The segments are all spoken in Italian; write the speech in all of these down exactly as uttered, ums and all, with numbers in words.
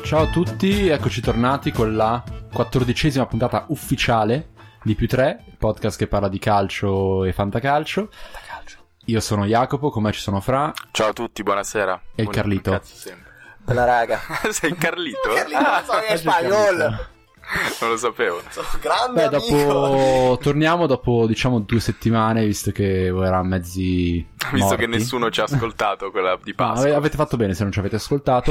Ciao a tutti, eccoci tornati con la quattordicesima puntata ufficiale di Più tre, il podcast che parla di calcio e fantacalcio. Fantacalcio. Io sono Jacopo, con me ci sono Fra. Ciao a tutti, buonasera. E il Carlito. Cazzo sempre. Bella raga. Sei il Carlito? Carlito, ah, so che è spagnolo. Non lo sapevo. Sono un grande Beh, amico. Dopo torniamo dopo diciamo due settimane, visto che era mezzi Visto morti. che nessuno ci ha ascoltato quella di Pasqua. No, avete fatto bene se non ci avete ascoltato.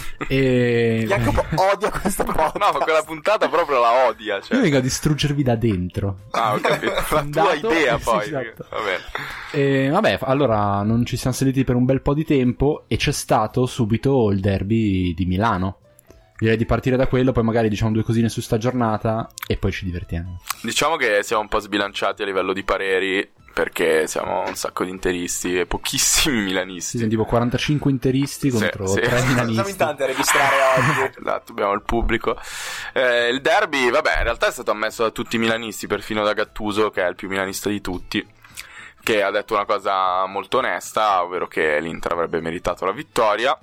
E Jacopo odia questa podcast. No, ma quella puntata proprio la odia, cioè. io vengo a distruggervi da dentro. Ah, ho capito. La tua Fundato- idea sì, poi. esatto. Va bene. E vabbè, allora non ci siamo seduti per un bel po' di tempo e c'è stato subito il derby di Milano. Direi di partire da quello, poi magari diciamo due cosine su sta giornata e poi ci divertiamo. Diciamo che siamo un po' sbilanciati a livello di pareri, perché siamo un sacco di interisti e pochissimi milanisti. Si sentivo quarantacinque interisti Sì, contro sì. tre Siamo in milanisti. tanti a registrare oggi. Esatto, abbiamo il pubblico. Eh, il derby, vabbè, in realtà è stato ammesso da tutti i milanisti, perfino da Gattuso, che è il più milanista di tutti, che ha detto una cosa molto onesta, ovvero che l'Inter avrebbe meritato la vittoria.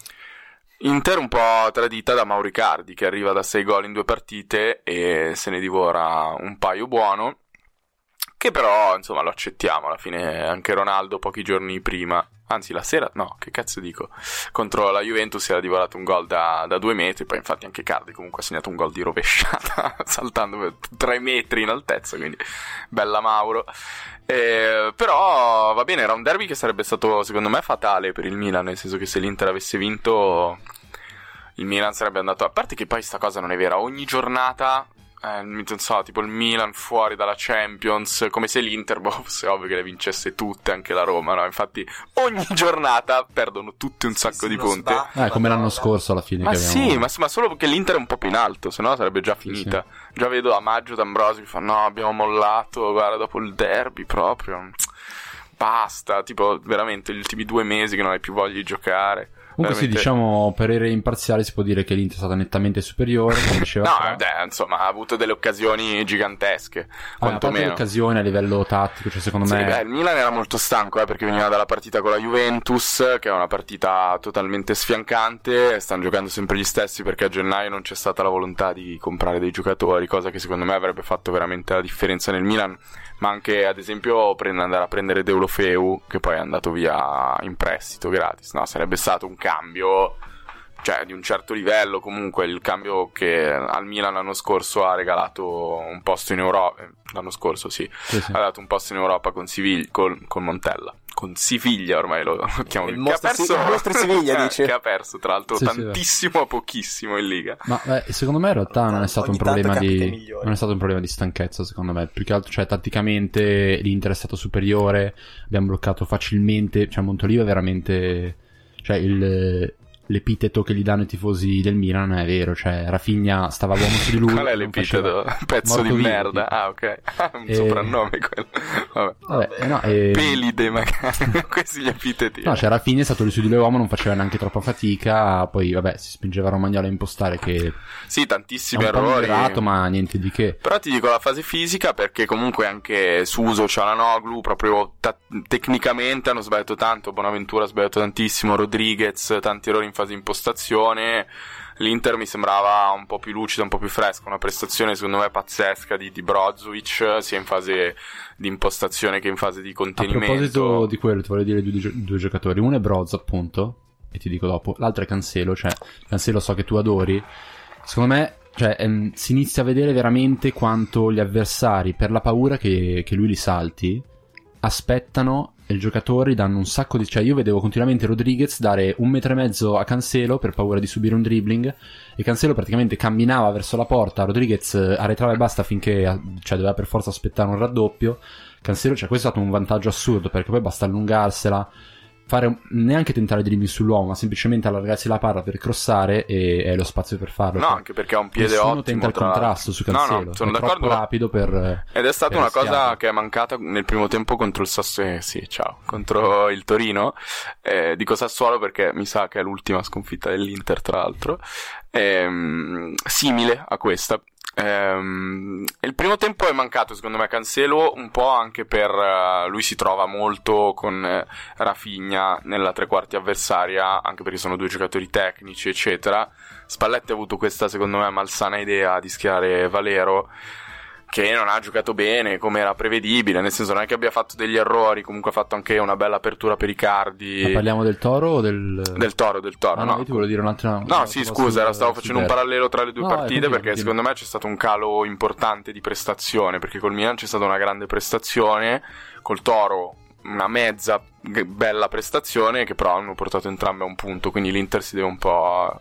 Inter un po' tradita da Mauro Icardi, che arriva da sei gol in due partite e se ne divora un paio buono, che però insomma lo accettiamo. Alla fine anche Ronaldo pochi giorni prima, anzi la sera, no, che cazzo dico, contro la Juventus si era divorato un gol da, da due metri. Poi infatti anche Icardi comunque ha segnato un gol di rovesciata saltando per tre metri in altezza, quindi bella Mauro. Eh, però va bene, era un derby che sarebbe stato secondo me fatale per il Milan, nel senso che se l'Inter avesse vinto il Milan sarebbe andato, a parte che poi sta cosa non è vera, ogni giornata eh, non so, tipo il Milan fuori dalla Champions, come se l'Inter, boh, fosse ovvio che le vincesse tutte, anche la Roma, no? Infatti ogni giornata perdono tutti un sacco Sì, di lo punti. sbatti. Eh, come l'anno scorso alla fine. Ma che abbiamo... sì, ma, ma solo perché l'Inter è un po' più in alto, se no sarebbe già finita. Sì, Già vedo a maggio D'Ambrosio che fa: no, abbiamo mollato, guarda, dopo il derby proprio basta, tipo veramente gli ultimi due mesi che non hai più voglia di giocare. Comunque sì, Veramente... diciamo, per ere imparziali si può dire che l'Inter è stata nettamente superiore, come diceva No, Fra. eh, insomma, ha avuto delle occasioni gigantesche, Ah, a parte quantomeno. le occasioni a livello tattico, cioè secondo Sì, me... beh, il Milan era molto stanco, eh, perché veniva dalla partita con la Juventus, che è una partita totalmente sfiancante. Stanno giocando sempre gli stessi perché a gennaio non c'è stata la volontà di comprare dei giocatori, cosa che secondo me avrebbe fatto veramente la differenza nel Milan. Ma anche ad esempio prendere, andare a prendere Deulofeu, che poi è andato via in prestito gratis, no? Sarebbe stato un cambio, cioè di un certo livello. Comunque il cambio che al Milan l'anno scorso ha regalato un posto in Europa, l'anno scorso sì, Sì, sì. ha dato un posto in Europa con Siviglia, con, con Montella, con Siviglia ormai lo, lo chiamo, Il che mostro ha perso, Si- il mostro Siviglia, dice. che ha perso tra l'altro Sì, sì, tantissimo a pochissimo in Liga. Ma beh, secondo me in realtà non è stato un Ogni tanto problema capita di migliori. non è stato un problema di stanchezza, secondo me. Più che altro, cioè, tatticamente l'Inter è stato superiore, abbiamo bloccato facilmente, cioè Montolivo è veramente, cioè il l'epiteto che gli danno i tifosi del Milan non è vero, cioè Rafinha stava uomo su di lui. Qual è non l'epiteto? faceva- Pezzo di morto vivo, merda. tipo. Ah, ok. Un E- soprannome quello. Vabbè. Vabbè, eh, no, e- Pelide magari. Questi gli epiteti. No, cioè Rafinha è stato lì su di lui uomo, non faceva neanche troppa fatica, poi vabbè si spingeva Romagnolo a impostare, che Sì, è tantissimi un po' errori. migliorato, ma niente di che. Però ti dico la fase fisica, perché comunque anche Suso, Çalhanoğlu proprio ta- tecnicamente hanno sbagliato tanto. Bonaventura ha sbagliato tantissimo, Rodriguez tanti errori in fase di impostazione. L'Inter mi sembrava un po' più lucida, un po' più fresca, una prestazione secondo me pazzesca di, di Brozovic, sia in fase di impostazione che in fase di A contenimento. proposito di quello, ti voglio dire due, due giocatori. Uno è Broz, appunto, e ti dico dopo. L'altro è Cancelo, cioè Cancelo so che tu adori. Secondo me, cioè, ehm, si inizia a vedere veramente quanto gli avversari, per la paura che, che lui li salti, aspettano, e i giocatori danno un sacco di... Cioè io vedevo continuamente Rodriguez dare un metro e mezzo a Cancelo per paura di subire un dribbling, e Cancelo praticamente camminava verso la porta, Rodriguez arretrava e basta finché, cioè, doveva per forza aspettare un raddoppio. Cancelo, cioè questo è stato un vantaggio assurdo, perché poi basta allungarsela, fare un... neanche tentare dribbling sull'uomo, ma semplicemente allargarsi la palla per crossare e è lo spazio per farlo. No, Cioè, anche perché ha un piede nessuno ottimo. tenta il tra contrasto su l'altro. Cancelo, No, no, sono è d'accordo. troppo rapido per... Ed è stata per una cosa rischiare. che è mancata nel primo tempo contro il Sassuolo, eh, sì, ciao, contro il Torino. Eh, dico Sassuolo perché mi sa che è l'ultima sconfitta dell'Inter, tra l'altro. Ehm, simile a questa. Ehm, il primo tempo è mancato secondo me Cancelo un po' anche per uh, lui si trova molto con uh, Rafinha nella tre quarti avversaria, anche perché sono due giocatori tecnici eccetera. Spalletti ha avuto questa secondo me malsana idea di schierare Valero, che non ha giocato bene come era prevedibile, nel senso non è che abbia fatto degli errori, comunque ha fatto anche una bella apertura per Icardi. Ma parliamo del Toro o del... Del Toro, del Toro, ah, no, no. io ti volevo dire un'altra... No, no sì, scusa, era, stavo facendo un parallelo tra le due no, partite, continua, perché continua. secondo me c'è stato un calo importante di prestazione, perché col Milan c'è stata una grande prestazione, col Toro una mezza bella prestazione, che però hanno portato entrambe a un punto, quindi l'Inter si deve un po'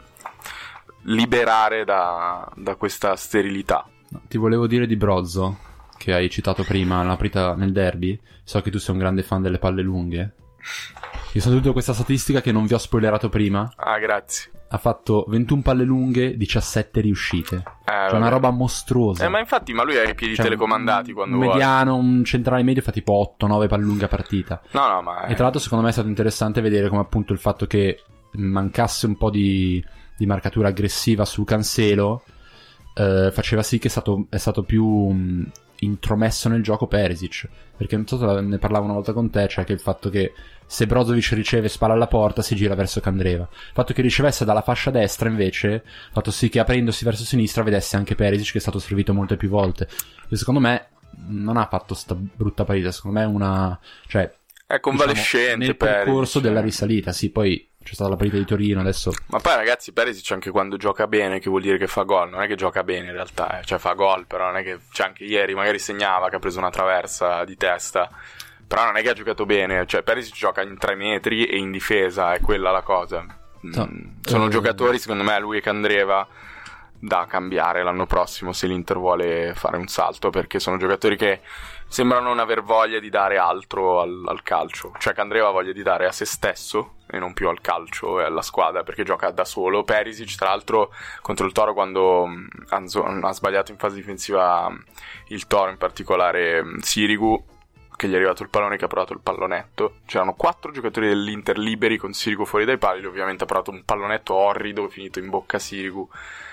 liberare da, da questa sterilità. Ti volevo dire di Brozzo, che hai citato prima nella partita nel derby. So che tu sei un grande fan delle palle lunghe. Io so tutta questa statistica che non vi ho spoilerato prima. Ah, grazie. Ha fatto ventuno palle lunghe, diciassette riuscite. Eh, cioè una roba mostruosa. Eh, ma infatti, ma lui ha i piedi cioè, telecomandati quando un vuole. mediano, un centrale medio fa tipo otto nove palle lunghe a partita. No, no, ma... E tra l'altro secondo me è stato interessante vedere come appunto il fatto che mancasse un po' di, di marcatura aggressiva su Cancelo Uh, faceva sì che è stato, è stato più um, intromesso nel gioco Perisic, perché non so se ne parlavo una volta con te, cioè che il fatto che se Brozovic riceve spalla alla porta si gira verso Candreva, il fatto che ricevesse dalla fascia destra invece ha fatto sì che aprendosi verso sinistra vedesse anche Perisic, che è stato servito molte più volte, e secondo me non ha fatto sta brutta partita, secondo me è una, cioè è convalescente, diciamo, nel percorso della risalita, sì, poi c'è stata la partita di Torino adesso. Ma poi ragazzi, Perisic anche quando gioca bene, che vuol dire che fa gol, non è che gioca bene in realtà, eh. Cioè fa gol, però non è che, cioè anche ieri magari segnava che ha preso una traversa di testa, però non è che ha giocato bene, cioè Perisic gioca in tre metri e in difesa, è quella la cosa. No. Mm, sono eh... giocatori secondo me, lui e Candreva, da cambiare l'anno prossimo se l'Inter vuole fare un salto, perché sono giocatori che sembrano non aver voglia di dare altro al, al calcio, cioè Candreva ha voglia di dare a se stesso e non più al calcio e alla squadra, perché gioca da solo. Perisic tra l'altro contro il Toro, quando ha, ha sbagliato in fase difensiva il Toro, in particolare Sirigu, che gli è arrivato il pallone, che ha provato il pallonetto, c'erano quattro giocatori dell'Inter liberi con Sirigu fuori dai pali, ovviamente ha provato un pallonetto orrido finito in bocca a Sirigu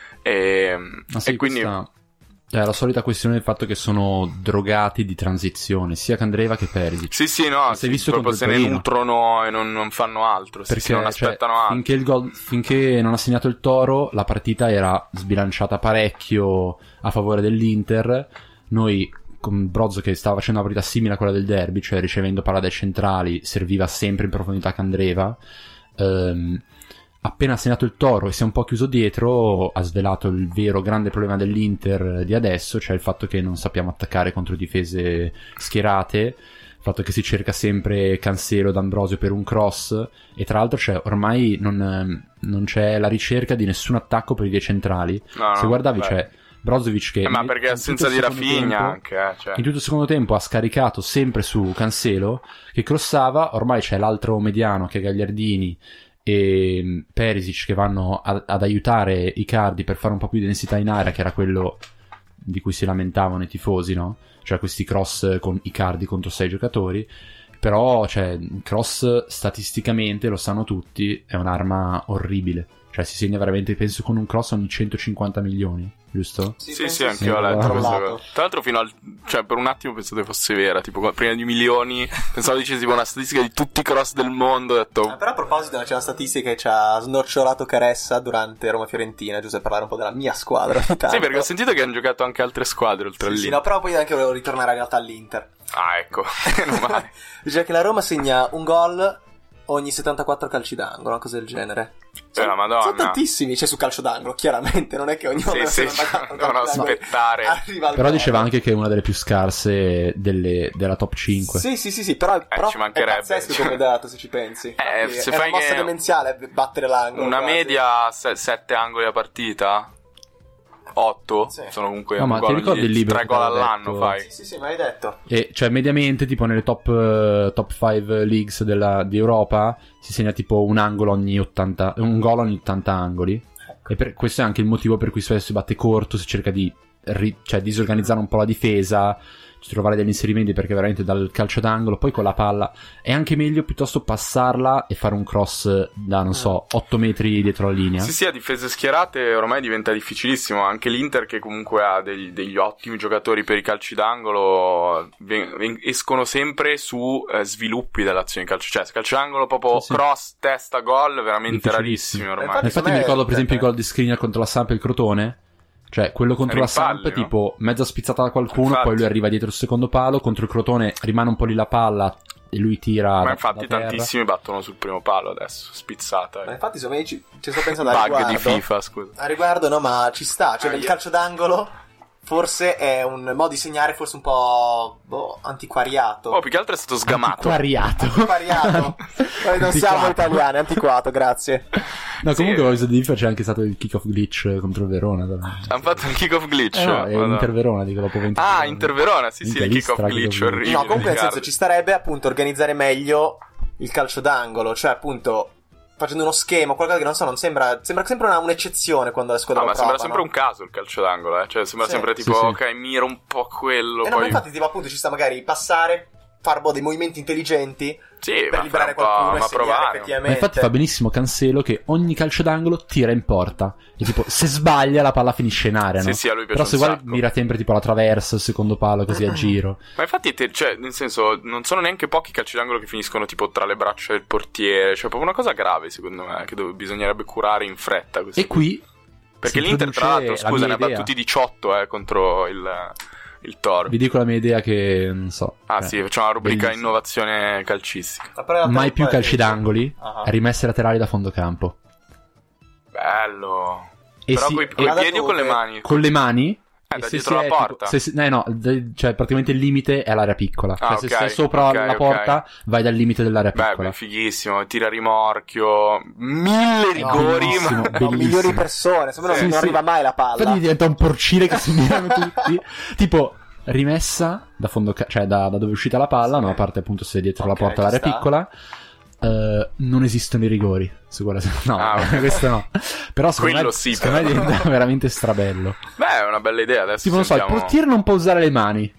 e, ah, sì, e quindi questa... È la solita questione del fatto che sono drogati di transizione, sia Candreva che Perisic. Sì, sì, no, sì, sì, visto proprio se ne Torino. nutrono e non, non fanno altro, perché sì, sì, non aspettano cioè, altro. Finché, il gol, finché non ha segnato il Toro, la partita era sbilanciata parecchio a favore dell'Inter. Noi, con Brozzo che stava facendo una partita simile a quella del derby, cioè ricevendo palla dai centrali, serviva sempre in profondità Candreva. Ehm... Appena ha segnato il Toro e si è un po' chiuso dietro, ha svelato il vero grande problema dell'Inter di adesso, cioè il fatto che non sappiamo attaccare contro difese schierate, il fatto che si cerca sempre Cancelo d'Ambrosio per un cross, e tra l'altro cioè, ormai non, non c'è la ricerca di nessun attacco per i due centrali. No, Se no, guardavi beh. c'è Brozovic che... Eh, ma perché assenza di Rafinha anche, eh, cioè. In tutto il secondo tempo ha scaricato sempre su Cancelo, che crossava, ormai c'è l'altro mediano che è Gagliardini, e Perisic che vanno a, ad aiutare Icardi per fare un po' più di densità in area, che era quello di cui si lamentavano i tifosi, no? Cioè questi cross con Icardi contro sei giocatori. Però, cioè, cross statisticamente, lo sanno tutti, è un'arma orribile. Cioè si segna veramente, penso, con un cross ogni centocinquanta milioni, giusto? Sì, sì, sì, anche io ho letto questa cosa. Tra l'altro fino al... cioè per un attimo pensavo che fosse vera, tipo prima di milioni, pensavo dicessi tipo una statistica di tutti i cross del mondo, ho detto... Ah, però a proposito c'è una statistica che ci ha snocciolato Caressa durante Roma-Fiorentina, giusto per parlare un po' della mia squadra. Sì, perché ho sentito che hanno giocato anche altre squadre oltre sì, all'Inter. Sì, no, però poi anche volevo ritornare in realtà all'Inter. Ah, ecco, meno male. Dice che la Roma segna un gol ogni settantaquattro calci d'angolo, una cosa del genere. Cioè, la Madonna. Sono tantissimi, cioè su calcio d'angolo, chiaramente, non è che ogni volta sì, sì, devono aspettare. Però diceva anche che è una delle più scarse delle, della top cinque. Sì, sì, sì, sì, però, eh, però ci mancherebbe, è pazzesco cioè... come dato, se ci pensi. Eh, se è fai una mossa che... demenziale battere l'angolo. Una quasi. media se- sette angoli a partita? otto? Sì. Sono comunque no, un ma gol ti ricordi ogni... il libro tre gol all'anno detto... fai. Sì, sì, sì, me l'hai detto. E cioè mediamente tipo nelle top uh, top cinque leagues della, di Europa si segna tipo un angolo ogni ottanta, un gol ogni ottanta angoli. Ecco. E per, questo è anche il motivo per cui spesso si batte corto, si cerca di ri, cioè disorganizzare un po' la difesa, trovare degli inserimenti, perché veramente dal calcio d'angolo poi con la palla è anche meglio piuttosto passarla e fare un cross da non so otto metri dietro la linea. Sì sì, a difese schierate ormai diventa difficilissimo. Anche l'Inter, che comunque ha degli, degli ottimi giocatori per i calci d'angolo, ven- ven- escono sempre su eh, sviluppi dell'azione di calcio, cioè calcio d'angolo proprio sì, sì. cross, testa, gol, veramente rarissimi ormai. Infatti, Infatti mi ricordo per esempio il gol di Skriniar contro la Samp e il Crotone. Cioè, quello contro la Rimpalli, Samp, no? tipo, mezza spizzata da qualcuno, Infatti. poi lui arriva dietro il secondo palo, contro il Crotone rimane un po' lì la palla e lui tira. Ma da, infatti da terra. tantissimi battono sul primo palo adesso, spizzata. Ma Eh. infatti, secondo me ci, ci sto pensando a Bug riguardo. di FIFA, scusa. A riguardo, no, ma ci sta. Cioè, Ah, nel io- calcio d'angolo, forse è un modo di segnare forse un po' boh, antiquariato. Oh, più che altro è stato sgamato. Antiquariato. Antiquariato. Noi non siamo Antiquato. italiani, antiquato, grazie. No, Sì. comunque, ho di FIFA c'è anche stato il kick-off glitch contro il Verona. Hanno fatto il kick-off glitch. Eh no, è Madonna. Inter-Verona, dico, dopo venti Ah, giorni. Inter-Verona, sì, sì, Minchia, il lì kick-off stra- glitch kick-off orribile. No, comunque nel Riccardo. senso ci starebbe appunto organizzare meglio il calcio d'angolo, cioè appunto facendo uno schema, qualcosa che non so, non sembra sembra sempre una, un'eccezione quando la squadra No, lo ma sembra prova, sempre no? un caso il calcio d'angolo, eh. Cioè, sembra Sì. sempre tipo, Sì, sì. ok, miro un po' quello, Eh no, ma poi... infatti tipo appunto ci sta magari passare, fare boh, dei movimenti intelligenti Sì, per ma liberare fra un po', qualcuno ma e segnare provare. Ma effettivamente. infatti fa benissimo Cancelo che ogni calcio d'angolo tira in porta. E tipo, se sbaglia la palla finisce in area, no? Sì, sì, a lui piace Però se un guardi sacco. mira sempre tipo alla traversa, il secondo palo, così a giro. Ma infatti, te- cioè, nel senso, non sono neanche pochi calci d'angolo che finiscono tipo tra le braccia del portiere. Cioè, proprio una cosa grave, secondo me, che dov- bisognerebbe curare in fretta. questo E qui Perché si l'Inter, tra l'altro, introduce la scusa, mia ne ha idea. battuti diciotto, eh, contro il, il Toro. Vi dico la mia idea che, non so. Ah, eh, sì, facciamo una rubrica bellissimo. innovazione calcistica. Ma però in realtà Mai più poi- calci d'angoli, Ah. rimesse laterali da fondo campo. Bello. E Però si- coi, e- coi guarda piedi o tu con le che- mani? Con le mani. Eh, e da se dietro si la è porta? tipo- se si- eh, no, de- cioè praticamente il limite è l'area piccola. Ah, Cioè se ok, stai sopra ok, la ok. porta, vai dal limite dell'area Beh, piccola. beh, fighissimo, tira rimorchio, mille rigori, bellissimo, ma... No, bellissimo. migliori persone, secondo me Sì, non sì. arriva mai la palla. Infatti diventa un porcile che si mirano tutti. Tipo, rimessa da fondo, ca- cioè da, da dove è uscita la palla, no? A parte appunto se dietro Ok, la porta ci l'area sta. piccola. eh, non esistono i rigori su quella. No, Ah, ok. questo no. Però secondo Quello me, sì, secondo me però. diventa veramente strabello. Beh, è una bella idea, adesso Tipo, non so, il sentiamo... portiere non può usare le mani.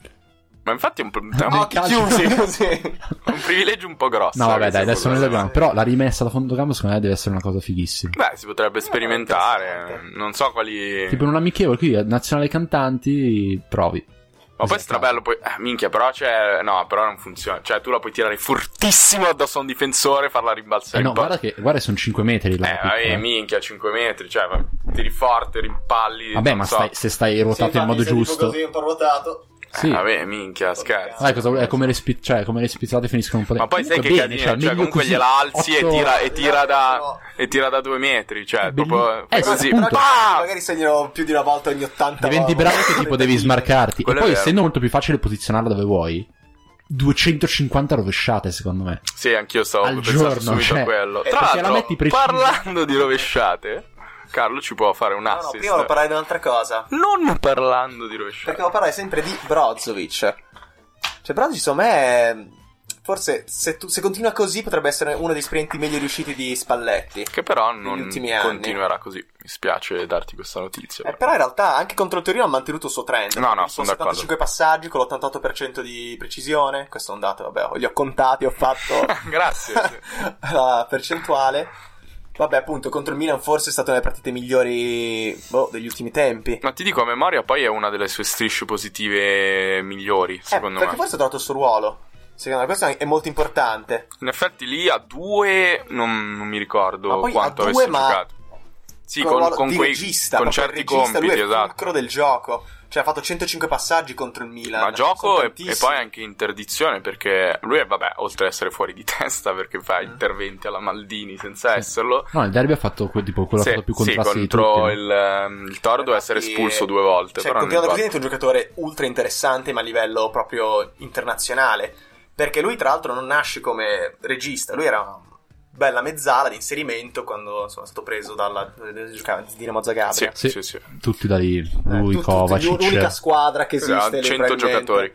Ma infatti è un, è un- No, Occhi calcio- chiusi così. un privilegio un po' grosso. No, vabbè, questa dai, adesso cosa. noi dobbiamo. Però la rimessa da fondo campo, secondo me, deve essere una cosa fighissima. Beh, si potrebbe sperimentare, non so quali... Tipo in un amichevole qui, a Nazionale Cantanti, provi. Ma poi è strabello, poi... Eh, minchia, però c'è... No, però non funziona. Cioè, tu la puoi tirare fortissimo addosso a un difensore e farla rimbalzare Eh no, in porta. guarda che, guarda che sono cinque metri là. Eh, vabbè, minchia, cinque metri, cioè, ma tiri forte, rimpalli... Vabbè, non ma so. stai- se stai ruotato in modo giusto. Così, un po' ruotato. Sì. Eh, vabbè, minchia, scherzo. Vai, cosa, è come le, spi- cioè, come le spizzate finiscono un po' di... Ma poi sai che Comunque casino, bene, cioè, meglio comunque così. gliela alzi Otto- e tira, e tira da No. e tira da due metri, cioè, Belli- proprio Eh, così. appunto. Ah! Magari segnano più di una volta ogni ottanta Diventi volte. bravo che tipo devi smarcarti. E Quello è poi, vero. essendo molto più facile posizionarla dove vuoi, duecentocinquanta rovesciate, secondo me. Sì, anch'io stavo Al pensando giorno, subito cioè, a quello. eh, Tra perché la l'altro, metti precisa. parlando di rovesciate, Carlo ci può fare un No, no, assist. prima volevo parlare di un'altra cosa. Non parlando di Perché rovesciate. devo parlare sempre di Brozovic. Cioè, Brozovic, secondo me, forse se, tu, se continua così potrebbe essere uno dei sprint meglio riusciti di Spalletti. Che però negli non ultimi anni. continuerà così. Mi spiace darti questa notizia. Eh, però in realtà anche contro il Torino ha mantenuto il suo trend. No, no, Con sono d'accordo. settantacinque passaggi con l'ottantotto per cento di precisione. Questo è un dato, vabbè, li ho contati, ho fatto Grazie. la percentuale. Vabbè, appunto, contro il Milan forse è stata una delle partite migliori boh, degli ultimi tempi. Ma ti dico, a memoria poi è una delle sue strisce positive migliori, Eh, secondo perché me. forse ha trovato il suo ruolo. Secondo me questo è molto importante. In effetti lì a due non, non mi ricordo Ma poi quanto a due, avesse ma giocato. Sì, Con con, ruolo con di quei regista, con proprio certi il regista, compiti, lui è il esatto. fulcro del gioco. Cioè ha fatto centocinque passaggi contro il Milan. Ma gioco Sono e, e tantissimi. poi anche interdizione, perché lui è, vabbè, oltre ad essere fuori di testa perché fa Mm. interventi alla Maldini senza esserlo. No, il derby ha fatto quel tipo, quello Sì, ha fatto più sì, contrasti di contro tutti. no? il, ehm, il Toro doveva essere Infatti, espulso due volte. Cioè, però non continuando così importa. diventa un giocatore ultra interessante, ma a livello proprio internazionale. Perché lui, tra l'altro, non nasce come regista. Lui era una bella mezzala di inserimento quando insomma, è stato preso dalla giocava di Dinamo Zagabria. Sì, Sì. sì, sì. Tutti da lì, Eh, lui, tut- tutti- Kovacic. l'unica squadra che esiste Esatto, lì, cento probabilmente. giocatori.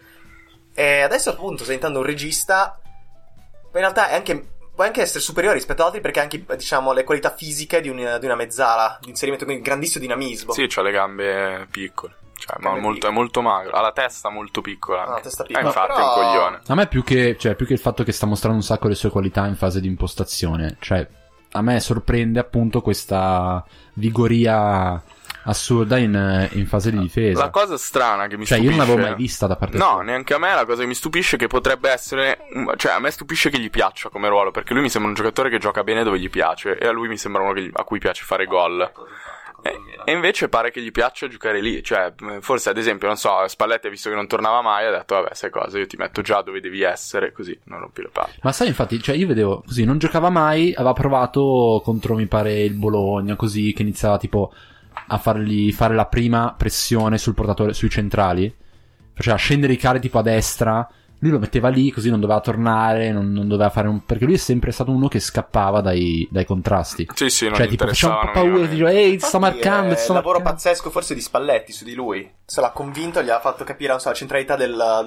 E adesso appunto sta diventando un regista. Ma in realtà è anche, può anche essere superiore rispetto ad altri perché ha anche diciamo le qualità fisiche di una, di una mezzala di inserimento, quindi grandissimo dinamismo. Sì, c'ha le gambe piccole. cioè, ma molto, è molto magro, ha la testa molto piccola. Ah, la testa piccola. Eh, infatti però... è un coglione. A me più che, cioè, più che il fatto che sta mostrando un sacco le sue qualità in fase di impostazione, cioè, a me sorprende appunto questa vigoria assurda in, in fase di difesa. La cosa strana che mi cioè, stupisce... io non l'avevo mai vista da parte No, sua. neanche a me. La cosa che mi stupisce è che potrebbe essere... Cioè, a me stupisce che gli piaccia come ruolo, perché lui mi sembra un giocatore che gioca bene dove gli piace, e a lui mi sembra uno che gli... a cui piace fare gol. E, e invece pare che gli piaccia giocare lì. Cioè, forse ad esempio, non so, Spalletti ha visto che non tornava mai, ha detto vabbè, sai cosa, io ti metto già dove devi essere, così non rompi le palle. Ma sai, infatti, cioè io vedevo così, non giocava mai, aveva provato contro, mi pare, il Bologna, così, che iniziava tipo a fargli fare la prima pressione sul portatore, sui centrali, faceva scendere i cari tipo a destra, lui lo metteva lì così non doveva tornare, non, non doveva fare un... perché lui è sempre stato uno che scappava dai, dai contrasti. Sì, sì, non cioè gli tipo faceva un po' interessavano paura, dicevo ehi ti sto Infatti, marcando, è ti sto un lavoro marcando. pazzesco forse di Spalletti su di lui. Se l'ha convinto, gli ha fatto capire, non so, la centralità del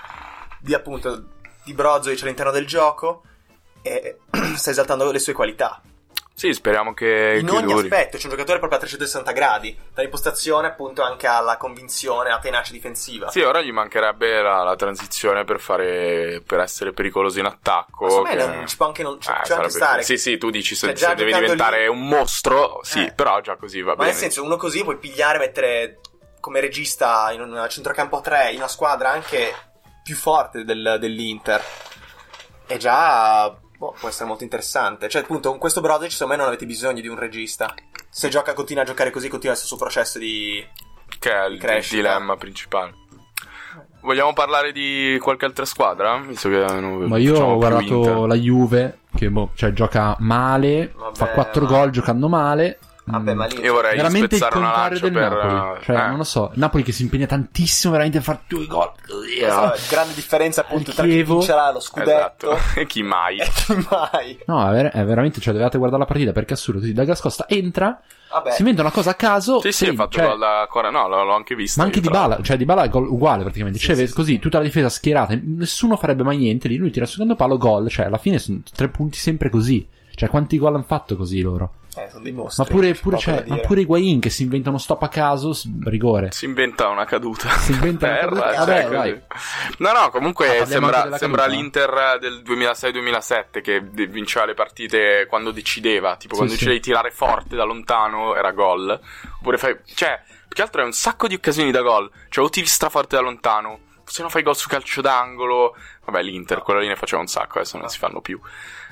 di appunto di Brozovic all'interno del gioco, e sta esaltando le sue qualità. Sì, speriamo che In che ogni duri. aspetto, c'è un giocatore proprio a trecentosessanta gradi, dall'impostazione appunto anche alla convinzione, alla tenacia difensiva. Sì, ora gli mancherebbe la, la transizione per fare per essere pericoloso in attacco. Ma secondo me che... non ci può anche, non, ci Eh, può anche sarebbe- stare. Sì, sì, tu dici se, Cioè, già se deve giocando diventare lì- un mostro, sì, Eh. però già così va Ma bene. nel senso, uno così puoi pigliare, mettere come regista in un centrocampo tre in una squadra anche più forte del- dell'Inter. E già boh, può essere molto interessante. Cioè, appunto, con questo Brozovic secondo me non avete bisogno di un regista. Se gioca, continua a giocare così, continua il suo processo di... Che è il, il crescita. dilemma principale. Vogliamo parlare di qualche altra squadra? Visto che non Ma io facciamo ho più guardato Inter. la Juve, che boh, cioè gioca male, Vabbè, fa quattro ma- gol giocando male. Vabbè, Mm. ma lì... Io vorrei Veramente il spezzare una contrario lancia del per... Napoli. Cioè, eh. non lo so, il Napoli che si impegna tantissimo veramente a fare due gol. Esatto, grande differenza appunto Il tra chi Chievo. vincerà lo scudetto Esatto. E chi mai? e chi mai. No, è, ver- è veramente, cioè, dovete guardare la partita perché è assurdo. Così, Douglas Costa entra, Vabbè, si inventa una cosa a caso. Sì, sì, ha segna, fatto cioè, gol da Cora. No, l'ho, l'ho anche visto. ma anche io, Di tra Bala, l'altro. cioè Di Bala è gol uguale praticamente. Sì, cioè, sì, vedi, così tutta la difesa schierata, nessuno farebbe mai niente lì. Lui tira il secondo palo, gol. Cioè, alla fine sono tre punti sempre così. Cioè, quanti gol hanno fatto così loro? eh, sono dei mostri. Ma pure, pure, poco cioè, da ma dire. pure Higuain che si inventa uno stop a caso, s- rigore. Si inventa una caduta. Si inventa una Terra, caduta. cioè, Vabbè, così. dai. No, no, comunque Ah, parliamo anche sembra, della sembra caduta? l'Inter del duemilasei duemilasette che de- vinceva le partite quando decideva. Tipo, Sì, quando sì. decidevi di tirare forte da lontano era gol. Oppure fai... Cioè, più che altro è un sacco di occasioni da gol. Cioè, o tiri straforte da lontano, se no fai gol su calcio d'angolo. Vabbè, l'Inter, quella lì ne faceva un sacco, adesso non si fanno più.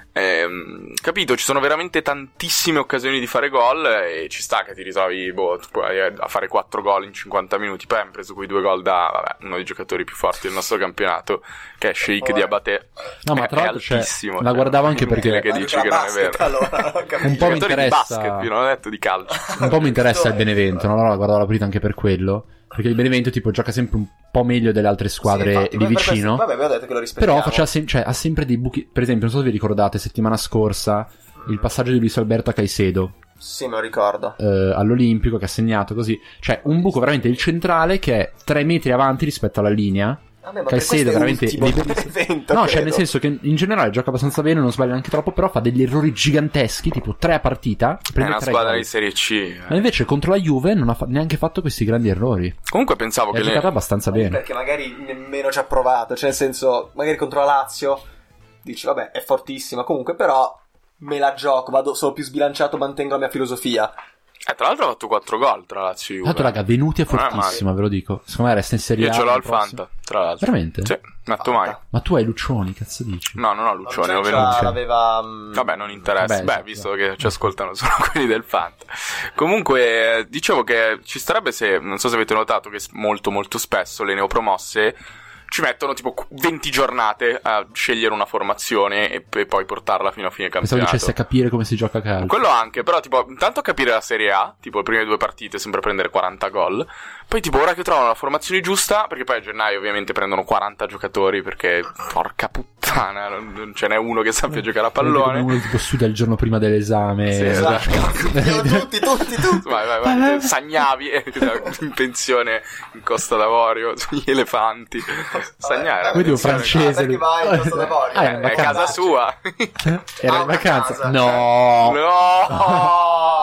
Ehm, capito, ci sono veramente tantissime occasioni di fare gol e ci sta che ti ritrovi boh, tu puoi, eh, a fare quattro gol in cinquanta minuti. Poi hanno preso quei due gol da vabbè, uno dei giocatori più forti del nostro campionato, che è Sheikh Diabaté. No, ma È- tra è l'altro, cioè, altissimo, la cioè, guardavo anche inutile perché- che dici Ma che non è vero. basket, allora, ho capito. Un po' mi Giocatori di interessa- basket, io non ho detto di calcio. Un po' mi interessa il Benevento, no? Allora guardavo la partita anche per quello. Perché il Benevento tipo gioca sempre un po' meglio delle altre squadre Sì, infatti, lì per questo- vicino. Vabbè, avevo detto che lo rispettiamo. Però faceva sem- cioè, ha sempre dei buchi. Per esempio, non so se vi ricordate, settimana scorsa il passaggio di Luis Alberto a Caicedo Sì, me lo ricordo. eh, all'Olimpico che ha segnato così. Cioè, un buco veramente il centrale che è tre metri avanti rispetto alla linea. Vabbè, ma per Caicedo questo è veramente ultimo liberissimo. evento, No, credo. cioè nel senso che in generale gioca abbastanza bene, non sbaglia neanche troppo, però fa degli errori giganteschi, tipo tre a partita. È prende una tre squadra gol. di Serie C. eh. Ma invece contro la Juve non ha fa- neanche fatto questi grandi errori. Comunque pensavo E che ha giocato le... abbastanza bene. Perché magari nemmeno ci ha provato. Cioè, nel senso, magari contro la Lazio dici, vabbè, è fortissima. Comunque, però, me la gioco, vado, sono più sbilanciato, mantengo la mia filosofia. Eh, tra l'altro ha fatto quattro gol tra Lazio e Juve. Tra l'altro, raga, Venuti è Non è fortissima, ve lo dico. Secondo me resta in Serie A. Io ce l'ho al l'anno prossimo. Fanta, tra l'altro. Veramente? Sì, metto mai. Fanta. Ma tu hai Lucioni, cazzo dici? No, non ho Lucioni, ho Luciani Venuti. già l'aveva... mm, Vabbè, non interessa. Vabbè, Beh, esatto. visto che ci ascoltano solo quelli del Fanta. Comunque, eh, dicevo che ci starebbe se, non so se avete notato che s- molto molto spesso le neopromosse ci mettono tipo venti giornate a scegliere una formazione e, e poi portarla fino a fine Pensavo campionato. dicesse a capire come si gioca a calcio. Quello anche, però tipo intanto capire la Serie A, tipo le prime due partite sempre prendere quaranta gol, poi tipo ora che trovano la formazione giusta, perché poi a gennaio ovviamente prendono quaranta giocatori perché porca puttana, non, non ce n'è uno che sappia giocare a Come pallone. uno tipo studia il giorno prima dell'esame. Sì, Esatto. Io, tutti, tutti, tutti. Vai, vai, vai. Sagnavi eh, in pensione in Costa d'Avorio sugli elefanti. Sagnare. Come dico, Ah, francese. perché lui. vai in Costa d'Avorio? Ah, Eh, era in è vacanza. casa sua. Era Ah, in vacanza. casa. No. No!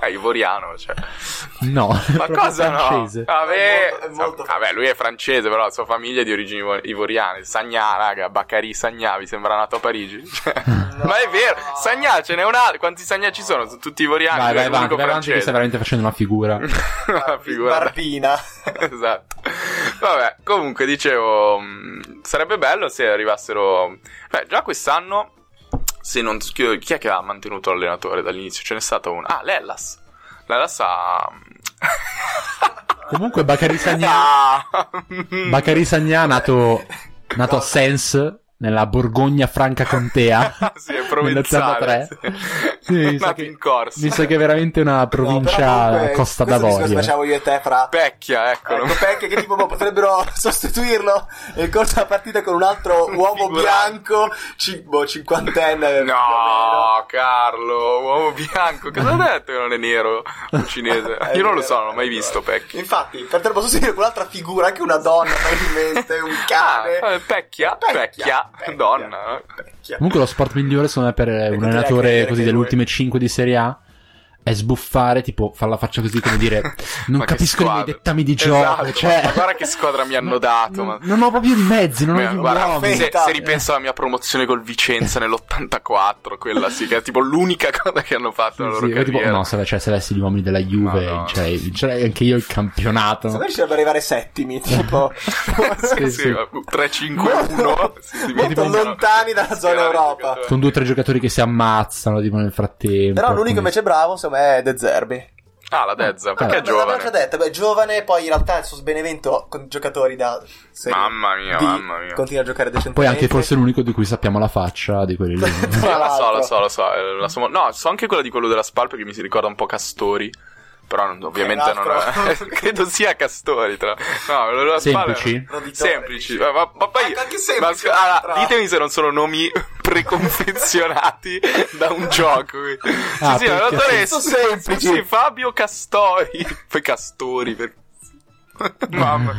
È ivoriano, cioè. No, Ma cosa no? francese. Vabbè, È molto- è molto vabbè, lui è francese, però la sua famiglia è di origini ivo- ivoriane. Sagna, raga, Baccari Sagna, vi sembra nato a Parigi? Cioè, No. Ma è vero, Sagna ce n'è un altro. Quanti Sagna ci sono? Sono tutti ivoriani. Vai, lui è vai avanti, l'unico vai avanti, che stai francese. veramente facendo una figura. Una figura. Barbina. Esatto. Vabbè, comunque dicevo, mh, sarebbe bello se arrivassero. Beh, già quest'anno, se non chi chi è che ha mantenuto l'allenatore dall'inizio? Ce n'è stato uno. Ah, l'Hellas. L'Hellas ha. Comunque Baccari Sagna, Ah. Baccari Sagna nato, nato a Sens, nella Borgogna Franca Contea. Sì, è provenzale. Sì, mi sa Nato che- in corsa. Mi sa che è veramente una provincia No, però comunque, Costa questo discorso d'Avorio. facciamo io e te fra Pecchia, eccolo. ecco, Pecche che tipo boh, potrebbero sostituirlo nel corso della partita con un altro uomo Figurati. bianco ci- boh, cinquantenne più o meno. No, Carlo, uomo bianco. Cosa ha detto che non è nero o cinese? È Io non lo vero, so, non ho mai è visto vero. Pecchia. Infatti potrebbero sostituire con un'altra figura, anche una donna probabilmente, un cane. Ah, eh, Pecchia, Pecchia, donna. Pecchia. Comunque lo sport migliore secondo me per un continuerei a allenatore credere così che delle lui- ultime cinque di Serie A è sbuffare, tipo far la faccia così come dire non Ma che capisco i miei squadra. dettami di Esatto, gioco, cioè ma guarda che squadra mi hanno dato. non, Ma... non ho proprio i mezzi, non ho Beh, proprio guarda, uomini. se, Fenta. se ripenso alla mia promozione col Vicenza nell'ottantaquattro, quella sì, che è tipo l'unica cosa che hanno fatto nella Sì, loro sì, tipo, carriera. no, se, cioè, se avessi gli uomini della Juve, No, no. cioè, vincerei anche io il campionato. Secondo me riuscirebbero ad arrivare settimi, tipo sì, sì, sì, sì. tre cinque uno si molto dimenticano lontani dalla di zona schierare i Europa. giocatori. Con due o tre giocatori che si ammazzano tipo nel frattempo. Però l'unico Come- invece bravo, insomma, è De Zerbi. Ah, la Dezza, perché Eh, è Me l'avevano già giovane. detto, beh, giovane, poi in realtà il suo sbenevento con giocatori da Serie Mamma mia, D, mamma mia. continua a giocare Poi decentemente. anche forse l'unico di cui sappiamo la faccia di quelli lì. Sì, Tra lo so, l'altro. lo so, lo so. eh, la sua- No, so anche quella di quello della Spal perché mi si ricorda un po' Castori. Però non- ovviamente un non altro. è. Credo sia Castori. Tra... No, quello della Spal è- Semplici? Roditore, Semplici. dici. Ma, ma- ma poi. Anche- anche ma semplici, sc- allora, tra- ditemi se non sono nomi preconfezionati da un gioco. Ah, sì, sì, la perché dottoressa. sono semplici. Sì, Fabio Castori. Poi Castori. Per... Mamma.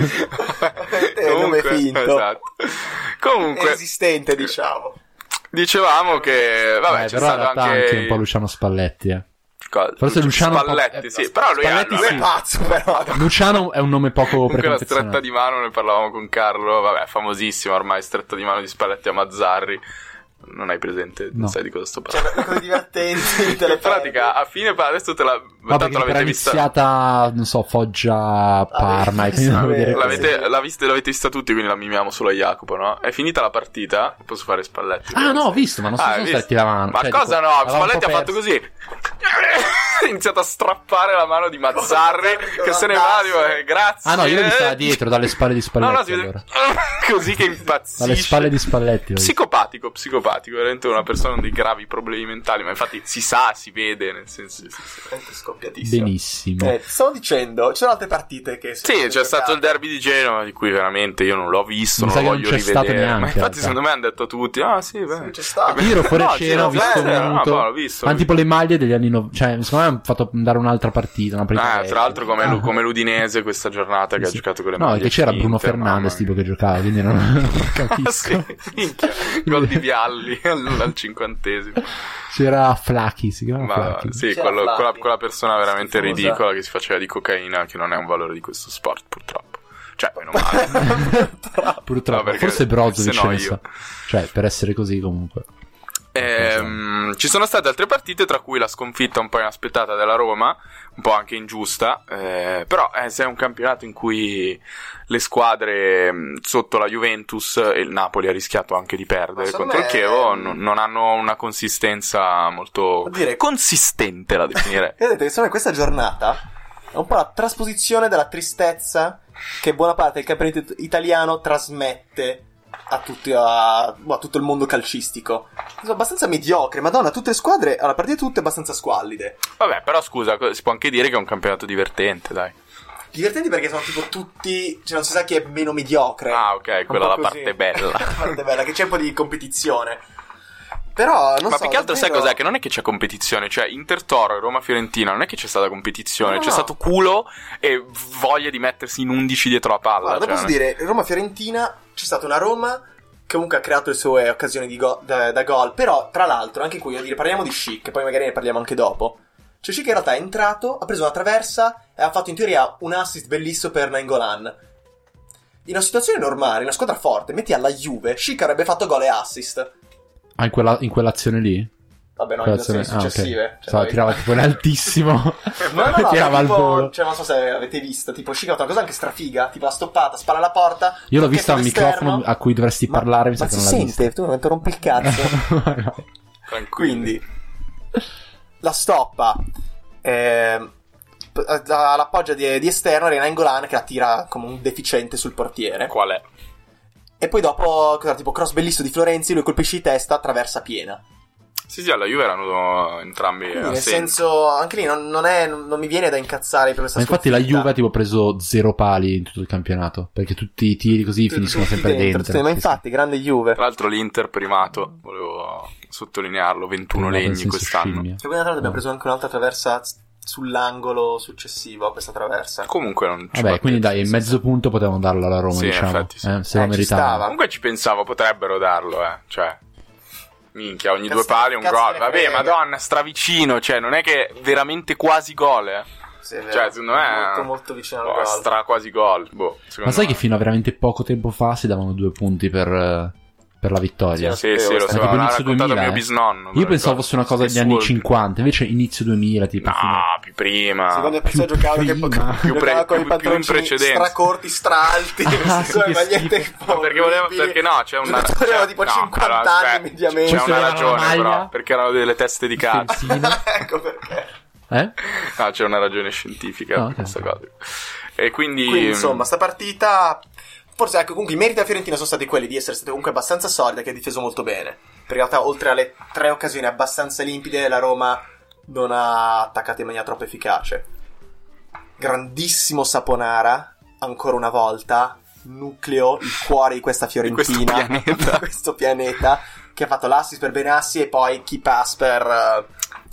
È un nome finto. Esatto. Comunque. Esistente, diciamo. Dicevamo che. Vabbè, Eh, c'è però in stato realtà anche. anche un po' Luciano Spalletti, eh. Co- Forse Luciano Spalletti, po- sì, però lui Spalletti ha Lui sì. è pazzo, però. Luciano è un nome poco comunque la stretta preconfezionato. di mano, ne parlavamo con Carlo, vabbè, famosissima ormai, stretta di mano di Spalletti a Mazzarri. Non hai presente, non No. sai di cosa sto Cioè, parlando. cose divertenti. In pratica, a fine pa- adesso te la No, tanto perché era l'avete vista. iniziata, non so, Foggia, Parma, e quindi sì, devo vedere vero. così. L'avete, la viste- l'avete vista tutti, quindi la mimiamo solo a Jacopo, no? È finita la partita, posso fare Spalletti. Ah, no, ho visto, ma non so Ah, se hai sono visto? stretti la mano. Ma Cioè, cosa tipo, no? aveva un Spalletti po' ha fatto perso. così. Ha iniziato a strappare la mano di Mazzarri, Con che la se ne va, tassa. dico, eh, grazie. Ah, no, io l'ho vista da dietro, dalle spalle di No, Spalletti. no, si vede allora. così che impazzisce. Dalle spalle di Spalletti. l'ho vista. Psicopatico, psicopatico, veramente una persona con dei gravi problemi mentali, ma infatti si sa, si vede, nel senso. Veramente scoppiatissimo. Benissimo. Eh, stavo dicendo, ci sono altre partite che Sì, c'è stato il derby di Genova, di cui veramente io non l'ho visto, Mi non sa lo che non voglio c'è stato rivedere. neanche, Ma in infatti, realtà. secondo me hanno detto tutti: ah, sì, beh. c'è stato. Io ero fuori No, scena, ho sì, visto no, un no, minuto. no, l'ho visto. Hanno tipo le maglie degli anni novanta. Cioè, secondo me hanno fatto andare un'altra partita. Una partita Ah, vecchia. tra l'altro come, Ah. lu- come l'Udinese questa giornata che Sì. ha giocato con le No, maglie che c'era Inter, Bruno Fernandes mamma tipo mia. che giocava, quindi non, non Ah, capisco. sì, minchia, gol di Vialli al, al cinquantesimo. C'era Flacchi, si chiama Ma Flacchi. sì, C'era quello- Flacchi. quella, quella persona veramente Schifosa. ridicola che si faceva di cocaina, che non è un valore di questo sport, purtroppo. Cioè, meno male. Purtroppo, No, perché forse Brozovic se no ne io. sa. Cioè, per essere così comunque. Ehm, ci sono state altre partite, tra cui la sconfitta un po' inaspettata della Roma, un po' anche ingiusta, eh, però eh, se è un campionato in cui le squadre mh, sotto la Juventus e il Napoli ha rischiato anche di perdere secondo contro me- il Chievo, n- non hanno una consistenza molto Vuol dire- consistente, la definirei. Io ho detto che secondo me questa giornata è un po' la trasposizione della tristezza che buona parte del campionato italiano trasmette a tutti a, boh, a tutto il mondo calcistico. Sono abbastanza mediocre, madonna, tutte le squadre alla partita tutte abbastanza squallide. Vabbè, però scusa, co- si può anche dire che è un campionato divertente, dai. Divertenti perché sono tipo tutti, cioè non si sa chi è meno mediocre. Ah, ok, Un quella è po' la così. parte bella. La parte bella, che c'è un po' di competizione. Però non Ma so, più che altro sai davvero- cos'è? Che non è che c'è competizione, cioè Inter-Toro e Roma-Fiorentina non è che c'è stata competizione, No, c'è no. stato culo e voglia di mettersi in undici dietro la palla. Guarda, cioè, posso non è- dire, Roma-Fiorentina c'è stata una Roma che comunque ha creato le sue occasioni di go- da, da gol, però tra l'altro anche qui, voglio dire, parliamo di Schick, poi magari ne parliamo anche dopo. Cioè Schick in realtà è entrato, ha preso una traversa e ha fatto in teoria un assist bellissimo per Nainggolan. In una situazione normale, in una squadra forte, metti alla Juve, Schick avrebbe fatto gol e assist. Ah, in, quella, in quell'azione lì? Vabbè, no, in azioni successive. Ah, okay. Cioè, so, noi... tirava tipo in altissimo. no, no, no, tirava al tipo, volo. Cioè, non so se avete visto, tipo Schick ha fatto una cosa anche strafiga, tipo la stoppata, spalla alla porta. Io l'ho vista al microfono a cui dovresti ma, parlare, mi sa che non l'ha vista. Ma si sente, tu non ti rompi il cazzo. Quindi, la stoppa, eh, all'appoggio di, di esterno, era Nainggolan che la tira come un deficiente sul portiere. Qual è? E poi dopo, cosa, tipo cross bellissimo di Florenzi, lui colpisce di testa, traversa piena. Sì, sì, alla Juve erano entrambi Quindi, assenti. nel senso, anche lì non, non, è, non mi viene da incazzare per questa Ma infatti sconfitta. la Juve ha tipo preso zero pali in tutto il campionato, perché tutti i tiri così tutti, finiscono tutti sempre dentro, dentro. Tutti, ma sì, infatti, sì. grande Juve. Tra l'altro l'Inter primato, volevo sottolinearlo, ventuno Primato nel legni senso quest'anno. scimmia. E poi tra l'altro abbiamo preso anche un'altra traversa sull'angolo successivo a questa traversa. Comunque non ci Vabbè, quindi dai, sì, mezzo sì. punto potevano darlo alla Roma, Sì, in diciamo. effetti sì. eh, se Eh, lo ci meritavano. stava. Comunque ci pensavo, potrebbero darlo, eh. Cioè, minchia, ogni Cazzo- due pali un cazzo gol. ne Vabbè, frega. madonna, stravicino. Cioè, non è che veramente quasi gol, eh. Sì, è vero. Cioè, secondo me molto molto vicino al boh, gol. stra quasi gol. Boh, Ma sai me. che fino a veramente poco tempo fa si davano due punti per, eh, per la vittoria? Sì, Sì, sì, lo Era so, tipo l'ha inizio raccontato duemila, mio eh. bisnonno. Io pensavo fosse una cosa degli anni cinquanta, invece inizio duemila, tipo. No, fino- più prima. Secondo me più pensavo giocava che prima. giocava Più pre- con i più- più in pantaloncini precedenza. stracorti, stralti, Ah, sì, con le che magliette schifo. Ma perché voleva, perché no, c'è una Giocatori avevano c'è- tipo no, cinquanta allora, anni aspetta, mediamente. C'è Forse una aveva la ragione, maglia. però, perché erano delle teste di cazzo. Terzino. Ecco perché. Eh? No, c'è una ragione scientifica Ah, per ok. questa cosa. E quindi, Quindi insomma, sta partita, forse ecco, comunque i meriti della Fiorentina sono stati quelli di essere stata comunque abbastanza solida, che ha difeso molto bene. Perché in realtà, oltre alle tre occasioni abbastanza limpide, la Roma non ha attaccato in maniera troppo efficace. Grandissimo Saponara, ancora una volta, nucleo, il cuore di questa Fiorentina, Di questo pianeta. di questo pianeta, che ha fatto l'assist per Benassi e poi key pass per eh,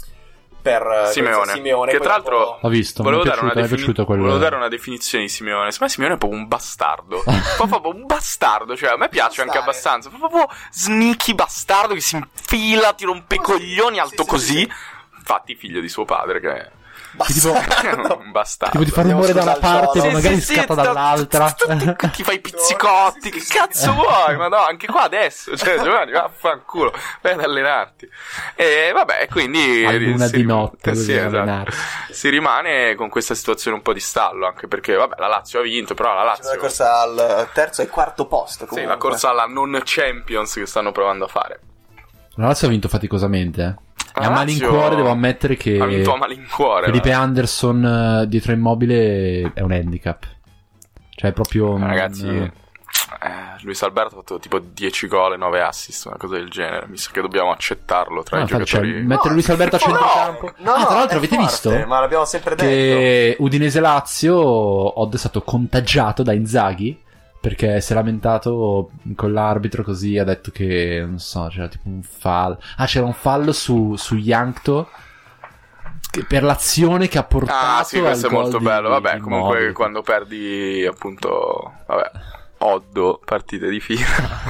per eh, Simeone, Simeone. che Poi tra l'altro dopo- Ho visto, mi è volevo dare, piaciuto, una mi è defini- piaciuto quello. volevo dare una definizione di Simeone. Secondo me Simeone è proprio un bastardo. Proprio un bastardo. Cioè, a me piace anche Stare. abbastanza. Proprio sneaky bastardo che si infila, ti rompe i Così. coglioni alto Sì, sì, così. sì. Infatti, figlio di suo padre, che è Bastardo. un bastardo. Tipo ti fa rumore da una Andiamo parte, scusa ma al magari Sì, sì, scatta sì, dall'altra. ti, ti fai i pizzicotti. Che cazzo vuoi? Ma no, anche qua adesso. Cioè, Giovanni, vaffanculo. Vai ad allenarti. E vabbè, quindi. A luna si di rim- notte, sì, così, esatto. allenarsi. Si rimane con questa situazione un po' di stallo. Anche perché, vabbè, la Lazio ha vinto. Però la La Lazio. corsa al terzo e quarto posto. Sì, Comunque. la corsa alla non Champions che stanno provando a fare. La Lazio ha vinto faticosamente, eh. E La a malincuore Lazio devo ammettere che Ha vinto a malincuore. Felipe ma- Anderson eh, dietro Immobile è un handicap. Cioè è proprio un- Ragazzi, eh, eh, Luis Alberto ha fatto tipo dieci gol e nove assist, una cosa del genere. Mi sa che dobbiamo accettarlo tra no, i infatti, cioè, giocatori. mettere Luis Alberto a no, centrocampo. no, ah, no, tra l'altro è avete forte, visto ma l'abbiamo sempre detto. che Udinese-Lazio Odd è stato contagiato da Inzaghi perché si è lamentato con l'arbitro, così ha detto che non so, c'era tipo un fallo. Ah, c'era un fallo su, su Yankto che- per l'azione che ha portato Ah, sì, questo al è molto gol di- bello. Vabbè, di comunque Immobile. quando perdi, appunto, vabbè, otto partite di fila,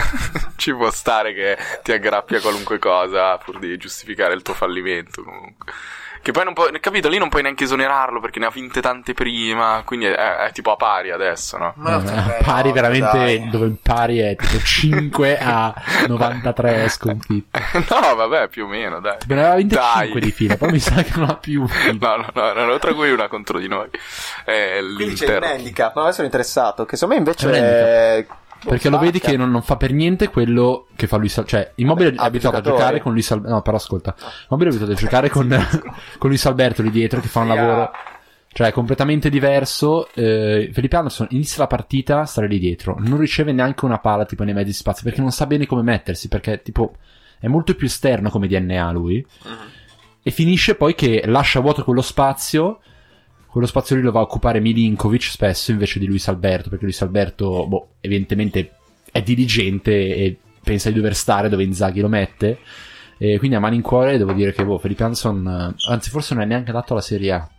ci può stare che ti aggrappi a qualunque cosa pur di giustificare il tuo fallimento, comunque. Che poi non puoi, capito, lì non puoi neanche esonerarlo perché ne ha vinte tante prima, quindi è, è, è tipo a pari adesso, no? Ma Eh, vabbè, pari no, veramente dai. dove il pari è tipo cinque a novantatré sconfitte. No, vabbè, più o meno, dai. Ne aveva vinte Dai. cinque di fila, però mi sa che non ha più. No, no, no, erano tra cui una contro di noi. Eh, Quindi c'è un l'Inter. handicap. Ma adesso sono interessato. Che secondo me invece È un è... Perché lo vedi che non, non fa per niente quello che fa Luis Alberto. Cioè, Immobile Vabbè, è abituato a altri giocare giocatori. con Luis Alberto. No, però ascolta. Immobile è abituato a giocare con, con Luis Alberto lì dietro che fa un Sì, lavoro. ah. Cioè, è completamente diverso. Eh, Felipe Anderson inizia la partita, stare lì dietro. Non riceve neanche una palla tipo nei mezzi spazi perché non sa bene come mettersi. Perché, tipo, è molto più esterno come D N A lui. Mhm. E finisce poi che lascia vuoto quello spazio. Quello spazio lì lo va a occupare Milinkovic spesso invece di Luis Alberto. Perché Luis Alberto, boh, evidentemente è diligente e pensa di dover stare dove Inzaghi lo mette. E quindi a malincuore devo dire che, boh, Felipe Anderson, eh, anzi, forse non è neanche adatto alla Serie A.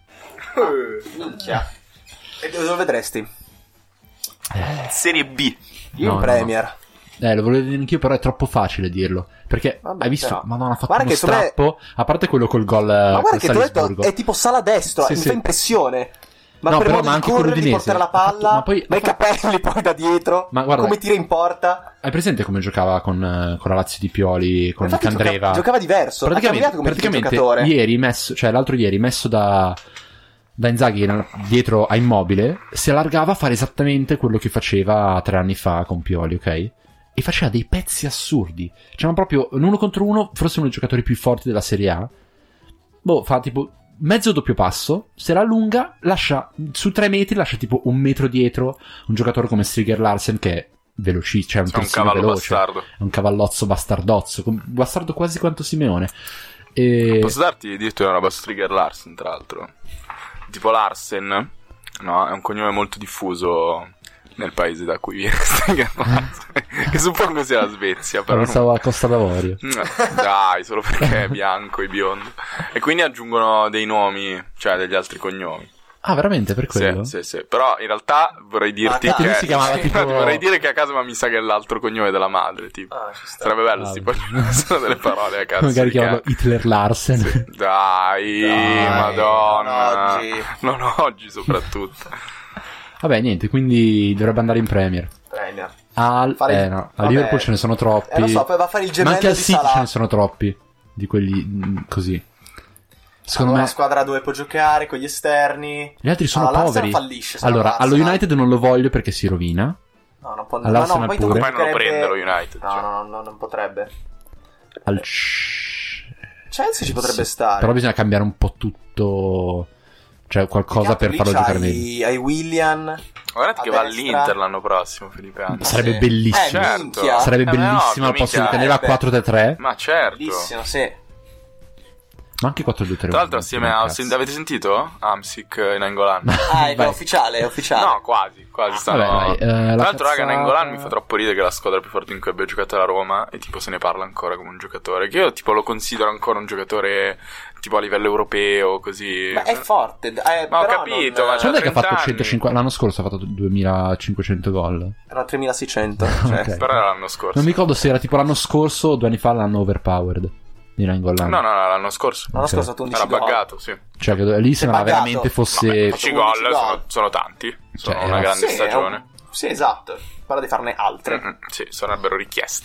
Minchia. E dove lo vedresti? Serie B. Io No, in no, Premier. Eh, lo volevo dire anch'io, però è troppo facile dirlo. Perché Vabbè, hai visto? però. Madonna, ha fatto Guarda uno che secondo me- strappo. A parte quello col gol Ma guarda col che ti ho detto, Salisburgo. è tipo sala destra, Sì, mi sì. fa impressione. Ma No, per però, modo ma di anche con correre, di l'Udinese. portare la Ha fatto- palla, ma poi- ma i ha fatto- capelli poi da dietro, Ma guarda- come tira in porta. Hai presente come giocava con, eh, con la Lazio di Pioli, con Infatti Candreva? Giocava, giocava diverso, ha praticamente, cambiato come tipo di praticamente giocatore. ieri messo, cioè l'altro ieri messo da da Inzaghi nel- dietro a Immobile, si allargava a fare esattamente quello che faceva tre anni fa con Pioli, ok? E faceva dei pezzi assurdi. C'erano proprio un uno contro uno, forse uno dei giocatori più forti della Serie A. Boh, fa tipo mezzo doppio passo, se la allunga, lascia su tre metri, lascia tipo un metro dietro un giocatore come Striger Larsen che è velocissimo, cioè un È un terzino cavallo veloce, bastardo. è un cavallozzo bastardozzo, com- bastardo quasi quanto Simeone. E... Posso darti addirittura una roba su Striger Larsen, tra l'altro. Tipo Larsen, no? È un cognome molto diffuso nel paese da cui viene Striger Larsen, che suppongo sia la Svezia, però Pensavo a Costa d'Avorio. non... Dai, solo perché è bianco e biondo. E quindi aggiungono dei nomi, cioè degli altri cognomi. Ah, veramente, per quello? Sì, sì, sì. Però in realtà vorrei dirti Ah, che lui si chiamava sì, tipo- infatti vorrei dire che a casa, ma mi sa che è l'altro cognome della madre, tipo. Ah, ci sta. Sarebbe bello, Ah, sti poi sono delle parole a caso. Magari di chiamano cazzo. Hitler Larsen. Sì. Dai, Dai, madonna. non oggi. Non oggi soprattutto. Vabbè, niente, quindi dovrebbe andare in Premier. Premier. Al, Fare- eh, no, a vabbè. Liverpool ce ne sono troppi. Eh, lo so, poi va a fare il Ma gemello anche al di City Salah. ce ne sono troppi. Di quelli mm, così. Secondo Una me squadra dove può giocare con gli esterni. gli altri sono Allora, poveri. l'Arsenal fallisce, se no Allora, allo l'Arsenal. United non lo voglio perché si rovina. No, non può All'Arsenal ma no, poi pure. Poi non lo giocherebbe- prende lo United. No, cioè. no, no, non potrebbe. Al Chelsea ci potrebbe Sì, stare. Però bisogna cambiare un po' tutto. Cioè, qualcosa per Lì farlo c'hai- giocare meglio. Hai William. Guardate a che va destra. all'Inter l'anno prossimo, Felipe Anderson. Sarebbe Sì. bellissimo. Eh, Certo. minchia. Sarebbe Eh, beh, bellissimo al ovvio, posto di minchia, teneva eh, beh. quattro tre tre. Ma certo. Bellissimo, sì. Ma anche quattro due tre uno. Tra l'altro assieme a... Cazzo. Avete sentito? Amsic in Angolan. Ah, è Vai. ufficiale, è ufficiale. No, quasi, quasi stanno... Vabbè, dai, eh, la Tra l'altro, raga, cazzata- Nangolan mi fa troppo ridere che è la squadra più forte in cui abbia giocato la Roma e tipo se ne parla ancora come un giocatore. Che io tipo lo considero ancora un giocatore tipo a livello europeo, così. Ma è forte. Eh, Ma ho però capito, non- ma Quando è che ha trenta fatto anni. centocinquanta? L'anno scorso ha fatto duemilacinquecento gol. Era tremilaseicento. Cioè. Ok. Però era l'anno scorso. Non mi ricordo se era tipo l'anno scorso o due anni fa l'hanno overpowered di Nangolan. No, no, no, l'anno scorso. L'anno Ok. scorso ha fatto undici Era gol. buggato, sì. Cioè, che lì sembrava buggato. veramente fosse. Vabbè, undici undici gol gol. sono, sono tanti. Sono Cioè, una era- grande Sì, è stagione. un- Sì, esatto. Parla di farne altre. Mm, sì, sarebbero richieste.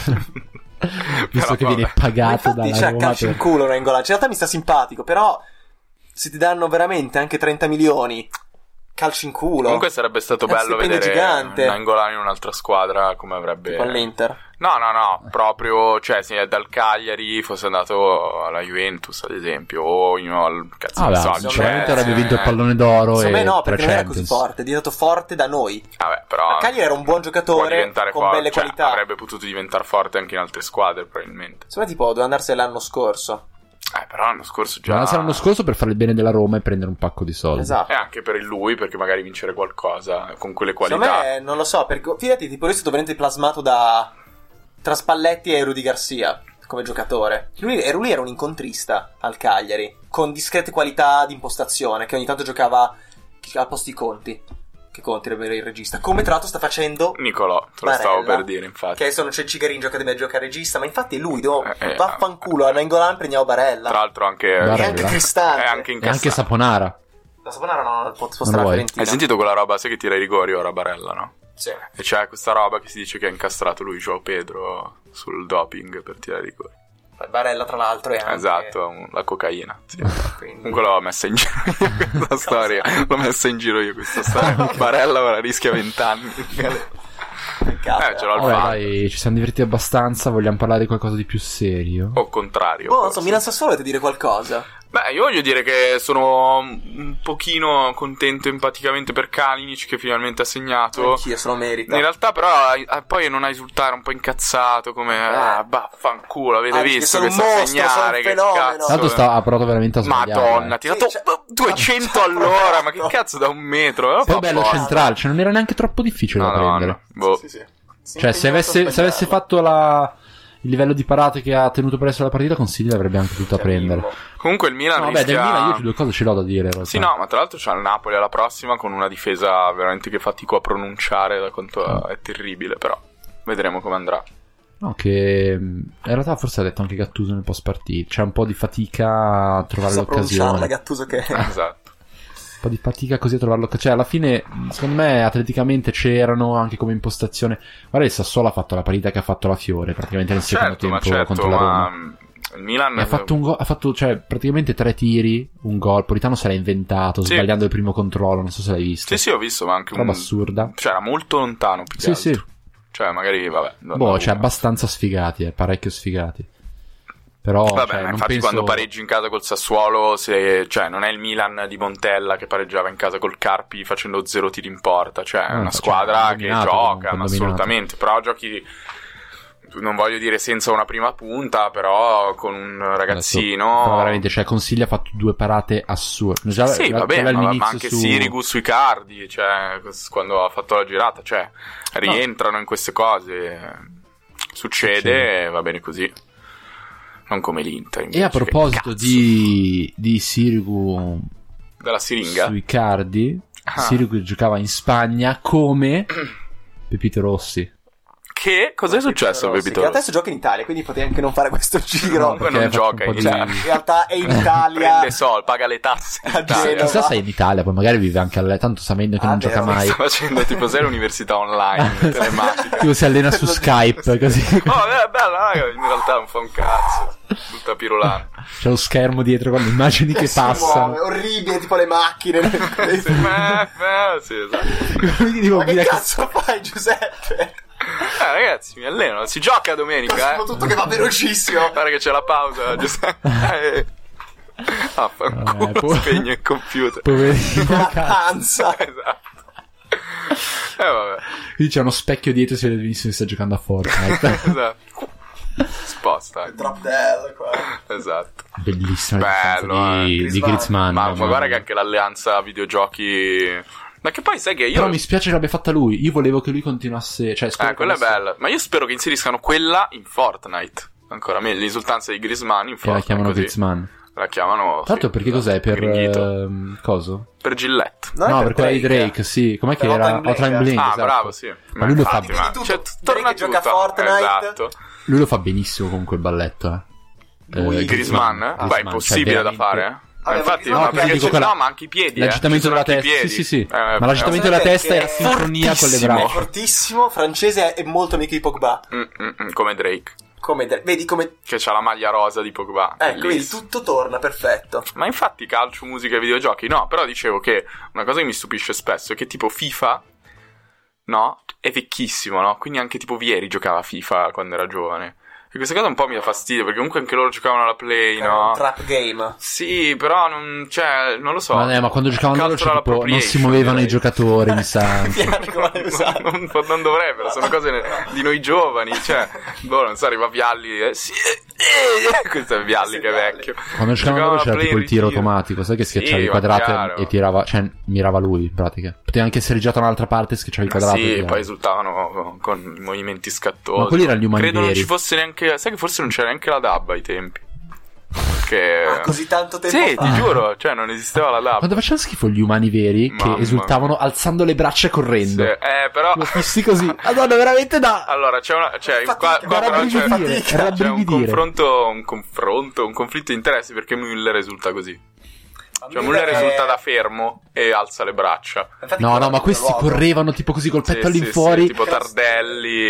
Visto Però che viene vabbè. Ma pagato infatti dalla c'ha Roma calcio per- in culo Nainggolan. Cioè, in realtà mi sta simpatico, però se ti danno veramente anche trenta milioni, calcio in culo. Comunque sarebbe stato È un bello stipendio vedere gigante. Nangolan in un'altra squadra come avrebbe... Con l'Inter. No, no, no, proprio, cioè, se dal Cagliari fosse andato alla Juventus, ad esempio, o in, al cazzo Ah, ne beh, so, sicuramente cioè, avrebbe vinto il eh, pallone d'oro Secondo e me no, tre perché non era così Champions. forte. È diventato forte da noi. Vabbè, però... A Cagliari era un buon può giocatore diventare con forte, belle cioè, qualità. avrebbe potuto diventare forte anche in altre squadre, probabilmente. Secondo me tipo doveva andarsene l'anno scorso. Eh, però l'anno scorso già... Ma sarà l'anno scorso per fare il bene della Roma e prendere un pacco di soldi. Esatto. E anche per il lui, perché magari vincere qualcosa con quelle qualità. Secondo me non lo so, perché fidati, tipo lui è stato veramente plasmato da tra Spalletti e Rudy Garcia come giocatore. Lui, e lui era un incontrista al Cagliari, con discrete qualità di impostazione, che ogni tanto giocava al posto di Conti. Che Conti era il regista. Come tra l'altro sta facendo Nicolò, te lo Barella, stavo per dire, infatti. che adesso non c'è Cigarin, gioca di gioca regista, ma infatti lui, do, Eh, eh, vaffanculo, a Nainggolan prendiamo Barella. Tra l'altro anche... E Barella. anche Cristante. È anche E anche incazzato. Saponara. La Saponara non può Non spostare lo la vuoi? Fiorentina. Hai sentito quella roba? Sai che tira i rigori ora Barella, no? Sì. E c'è questa roba che si dice che ha incastrato lui, Joao Pedro, sul doping per tirare i rigori. Barella tra l'altro è anche... Esatto, un- la cocaina. Sì. Quindi... Comunque l'ho messa in giro io questa storia. L'ho messa in giro io questa storia. Barella ora rischia vent'anni. Peccato. Eh, ce l'ho al Vabbè, fan. dai, ci siamo divertiti abbastanza. Vogliamo parlare di qualcosa di più serio? O contrario. Oh, non so, forse. Milan Sassuolo dovete dire qualcosa. Beh, io voglio dire che sono un pochino contento empaticamente per Kalinic che finalmente ha segnato. Anch'io, se lo merita. In realtà però eh, poi non a risultare un po' incazzato come ah, vaffanculo, avete Ah, dici visto che che sono sa un mostro, sono segnare un che fenomeno. cazzo. Tanto sta, ha provato veramente a sbagliare. Madonna, ti ha Sì, dato cioè- duecento all'ora, ma che cazzo da un metro? Eh, Poi fa bello apposta. centrale, cioè non era neanche troppo difficile No, da no, prendere. no. Boh. Sì, sì. Si è Cioè, se impegnato a avesse, se avesse sbagliare. fatto la, il livello di parate che ha tenuto per essere la partita, Consigli l'avrebbe anche potuto Cioè, prendere. minimo. Comunque il Milan No, vabbè, rischia... del Milan io due cose ce l'ho da dire. in realtà. Sì, no, ma tra l'altro c'ha il Napoli alla prossima con una difesa veramente che fatico a pronunciare da quanto è terribile, però vedremo come andrà. No, che in realtà forse ha detto anche Gattuso nel post partita, c'è un po' di fatica a trovare So l'occasione, pronunciarla, Gattuso che Esatto. un po' di fatica così a trovare l'occasione, cioè alla fine secondo me atleticamente c'erano anche come impostazione. Guarda, il Sassuolo ha fatto la partita che ha fatto la Fiore praticamente nel secondo Certo, ma tempo certo, contro la Roma. ma il Milan E ha fatto un gol, ha fatto cioè praticamente tre tiri, un gol. Politano se l'ha inventato Sì. sbagliando il primo controllo, non so se l'hai visto. Sì, sì, ho visto, ma anche Roba un... assurda. Cioè, era molto lontano, più che Sì, altro. sì. Cioè, magari, vabbè. non Boh, avevo cioè una- abbastanza sfigati, eh, parecchio sfigati. Però Vabbè, cioè, ma non infatti penso... quando pareggi in casa col Sassuolo, se, cioè, non è il Milan di Montella che pareggiava in casa col Carpi facendo zero tiri in porta. Cioè, è No, una cioè, squadra hanno che dominato gioca, comunque, ma hanno dominato. assolutamente. Però giochi, non voglio dire senza una prima punta, però con un ragazzino... Adesso, però veramente, cioè, Consigli ha fatto due parate assurde. Già, sì, già- va bene, già ma, ma all'inizio anche su... Sirigu sui Cardi, cioè, quando ha fatto la girata, cioè, rientrano in queste cose. Succede, Succede. e va bene così. Non come l'Inter. E invece, a proposito che cazzo. di, di Sirigu Della siringa? sui Cardi, Ah. Sirigu giocava in Spagna come Pepito Rossi. Che? Cos'è successo a Rossi, Pepito che Rossi? adesso gioca in Italia, quindi potevi anche non fare questo giro. Comunque perché non ha fatto gioca un po' in di- Italia. In realtà è in Italia. Prende soldi, paga le tasse in A Italia. Genova. Chissà se è in Italia, poi magari vive anche all'E, tanto sta meglio che Ah, non vero, gioca mai. Sta facendo tipo sei l'università online, telematica. Tipo si allena su Skype, così. Oh, è bella, raga, in realtà non fa un cazzo. Tutta pirolana. C'è lo schermo dietro con le immagini che Si passano. muove, orribile, tipo le macchine. Sì, ma- ma- sì, esatto. Quindi tipo, Ma che guida che- cazzo fai, Giuseppe? Eh, ragazzi, mi alleno. Si gioca domenica, eh. Soprattutto che va velocissimo. Guarda che c'è la pausa, Giuseppe. Eh. Ah, fa un Eh, culo, po- spegne il computer. Poverino, La cazzo. panza. Esatto. Eh, vabbè. Quindi c'è uno specchio dietro e si vede benissimo che sta giocando a Fortnite. Esatto. Sposta. eh. Drop del qua. Esatto. Bellissima Bello, la eh. di, di Griezmann. Griezmann. Ma, ma mamma guarda che mia. anche l'alleanza videogiochi... Ma che poi sai che io... Però mi spiace che l'abbia fatta lui. Io volevo che lui continuasse. Cioè, spero Eh, che quella è adesso- bella. Ma io spero che inseriscano quella in Fortnite. Ancora meglio, l'insultanza di Griezmann in Che la Fortnite. chiamano così. Griezmann. La chiamano... Tra l'altro, sì, perché cos'è? Per Gringhito. ehm, coso? Per Gillette. Non è No, per per quella di Drake. Drake, sì. Com'è che Per era? Hotline Bling. Hotline Bling, Ah, esatto. bravo, sì. Ma lui lo fa infatti, ma- Vedi tutto, cioè, Drake torna che gioca a tutto. Fortnite. Esatto. Lui lo fa benissimo comunque il balletto, eh. Lui, Eh, Griezmann? eh? Griezmann, Beh, è cioè, impossibile da veramente- fare, eh. Ma Vabbè, infatti, ma ma no, perché dico c'è- quella- no, ma anche i piedi. L'aggiustamento eh. Ci sono della anche i testa, piedi. sì, sì, sì. Eh, Ma l'aggiustamento eh, della perché testa è a è sintonia con le fortissimo. È braccia. fortissimo, francese è molto amico di Pogba. mm, mm, mm, come Drake, Come Drake. Vedi come... che c'ha la maglia rosa di Pogba. Ecco, vedi, Bellissimo. tutto torna, perfetto. Ma infatti calcio, musica e videogiochi no, però dicevo che una cosa che mi stupisce spesso è che tipo FIFA, no, è vecchissimo, no? Quindi anche tipo Vieri giocava a FIFA quando era giovane. E questa cosa un po' mi dà fastidio, perché comunque anche loro giocavano alla Play, Era no? un trap game. Sì, però non, cioè, non lo so. Ma, eh, ma quando giocavano loro Cultural cioè, tipo, non si appropriation, muovevano i direi. giocatori, mi sa. Fianco, esatto. non, non dovrebbero, sono cose di noi giovani, cioè, boh, non so, arriva Vialli, eh, sì, eh, eh, questo è Vialli che è vecchio. Quando giocavano loro alla c'era Play tipo in il tiro ritiro. automatico, sai che schiacciavi Sì, i ma quadrati chiaro. e tirava, cioè mirava lui in pratica. Poteva anche essere girato da un'altra parte e schiacciavi i quadrati. e Sì, tirava. poi esultavano con i movimenti scattosi. Ma quelli erano gli umani Credo non veri. ci fosse neanche, sai che forse non c'era neanche la D A B ai tempi. Che... Ah, così tanto tempo Sì, fa. ti giuro, cioè non esisteva la D A B. Quando facevano schifo gli umani veri Mamma che esultavano mia. alzando le braccia e correndo. Sì, eh, però... Lo fissi così. Madonna, veramente da... Allora, c'è una... Cioè, Fatica, qua, qua era però c'è, rabbrividire, c'è era un rabbrividire. confronto, un confronto, un conflitto di interessi perché Müller risulta così. Cioè, Müller è- risulta da fermo e alza le braccia. Infatti, No, quello no, ma è questi luogo. correvano tipo così col Sì, petto sì, all'infuori. sì, tipo Tardelli.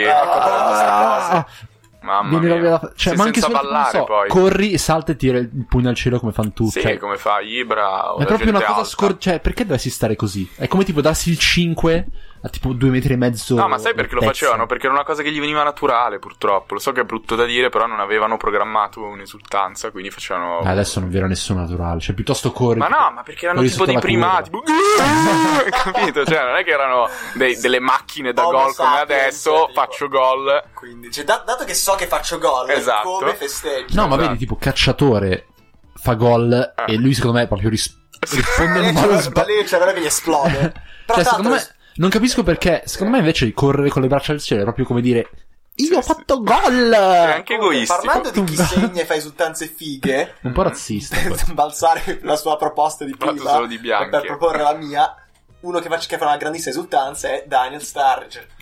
Ah, Mamma viene mia. roba da- cioè, Sì, ma anche senza solo, non ballare so, poi. corri, salta e tira il pugno al cielo come fanno tutti. Sì, cioè, come fa Ibra o ma è la proprio una gente cosa alta. scor... Cioè, perché dovresti stare così? È come tipo darsi il cinque a tipo due metri e mezzo. No, ma sai perché lo pezzo. facevano? Perché era una cosa che gli veniva naturale, purtroppo. Lo so che è brutto da dire, però non avevano programmato un'esultanza, quindi facevano... Ah, adesso non vi era nessuno naturale. Cioè, piuttosto corri. Ma no, ma perché erano corri tipo sotto dei la primati, curva. tipo... capito? Cioè, non è che erano dei- delle macchine da Homo gol come sapiens, adesso, tipo. faccio gol. Quindi, cioè, da- dato che so che faccio gol, Esatto. come festeggio? No, ma Esatto. vedi, tipo, cacciatore fa gol Ah. e lui secondo me proprio ris- risponde in Lì modo c'è sbagliato. lì c'è l'ora che gli esplode. Però Cioè, tanto- secondo me, non capisco perché. Secondo me invece correre con le braccia al cielo è proprio come dire: io Sì, ho sì. fatto gol! È anche Comunque, egoistico. parlando di chi segna e fa esultanze fighe, Un po' razzista. poi. balzare la sua proposta di Parlato prima solo di bianchi. per proporre la mia, uno che, faccia, che fa una grandissima esultanza è Daniel Sturridge.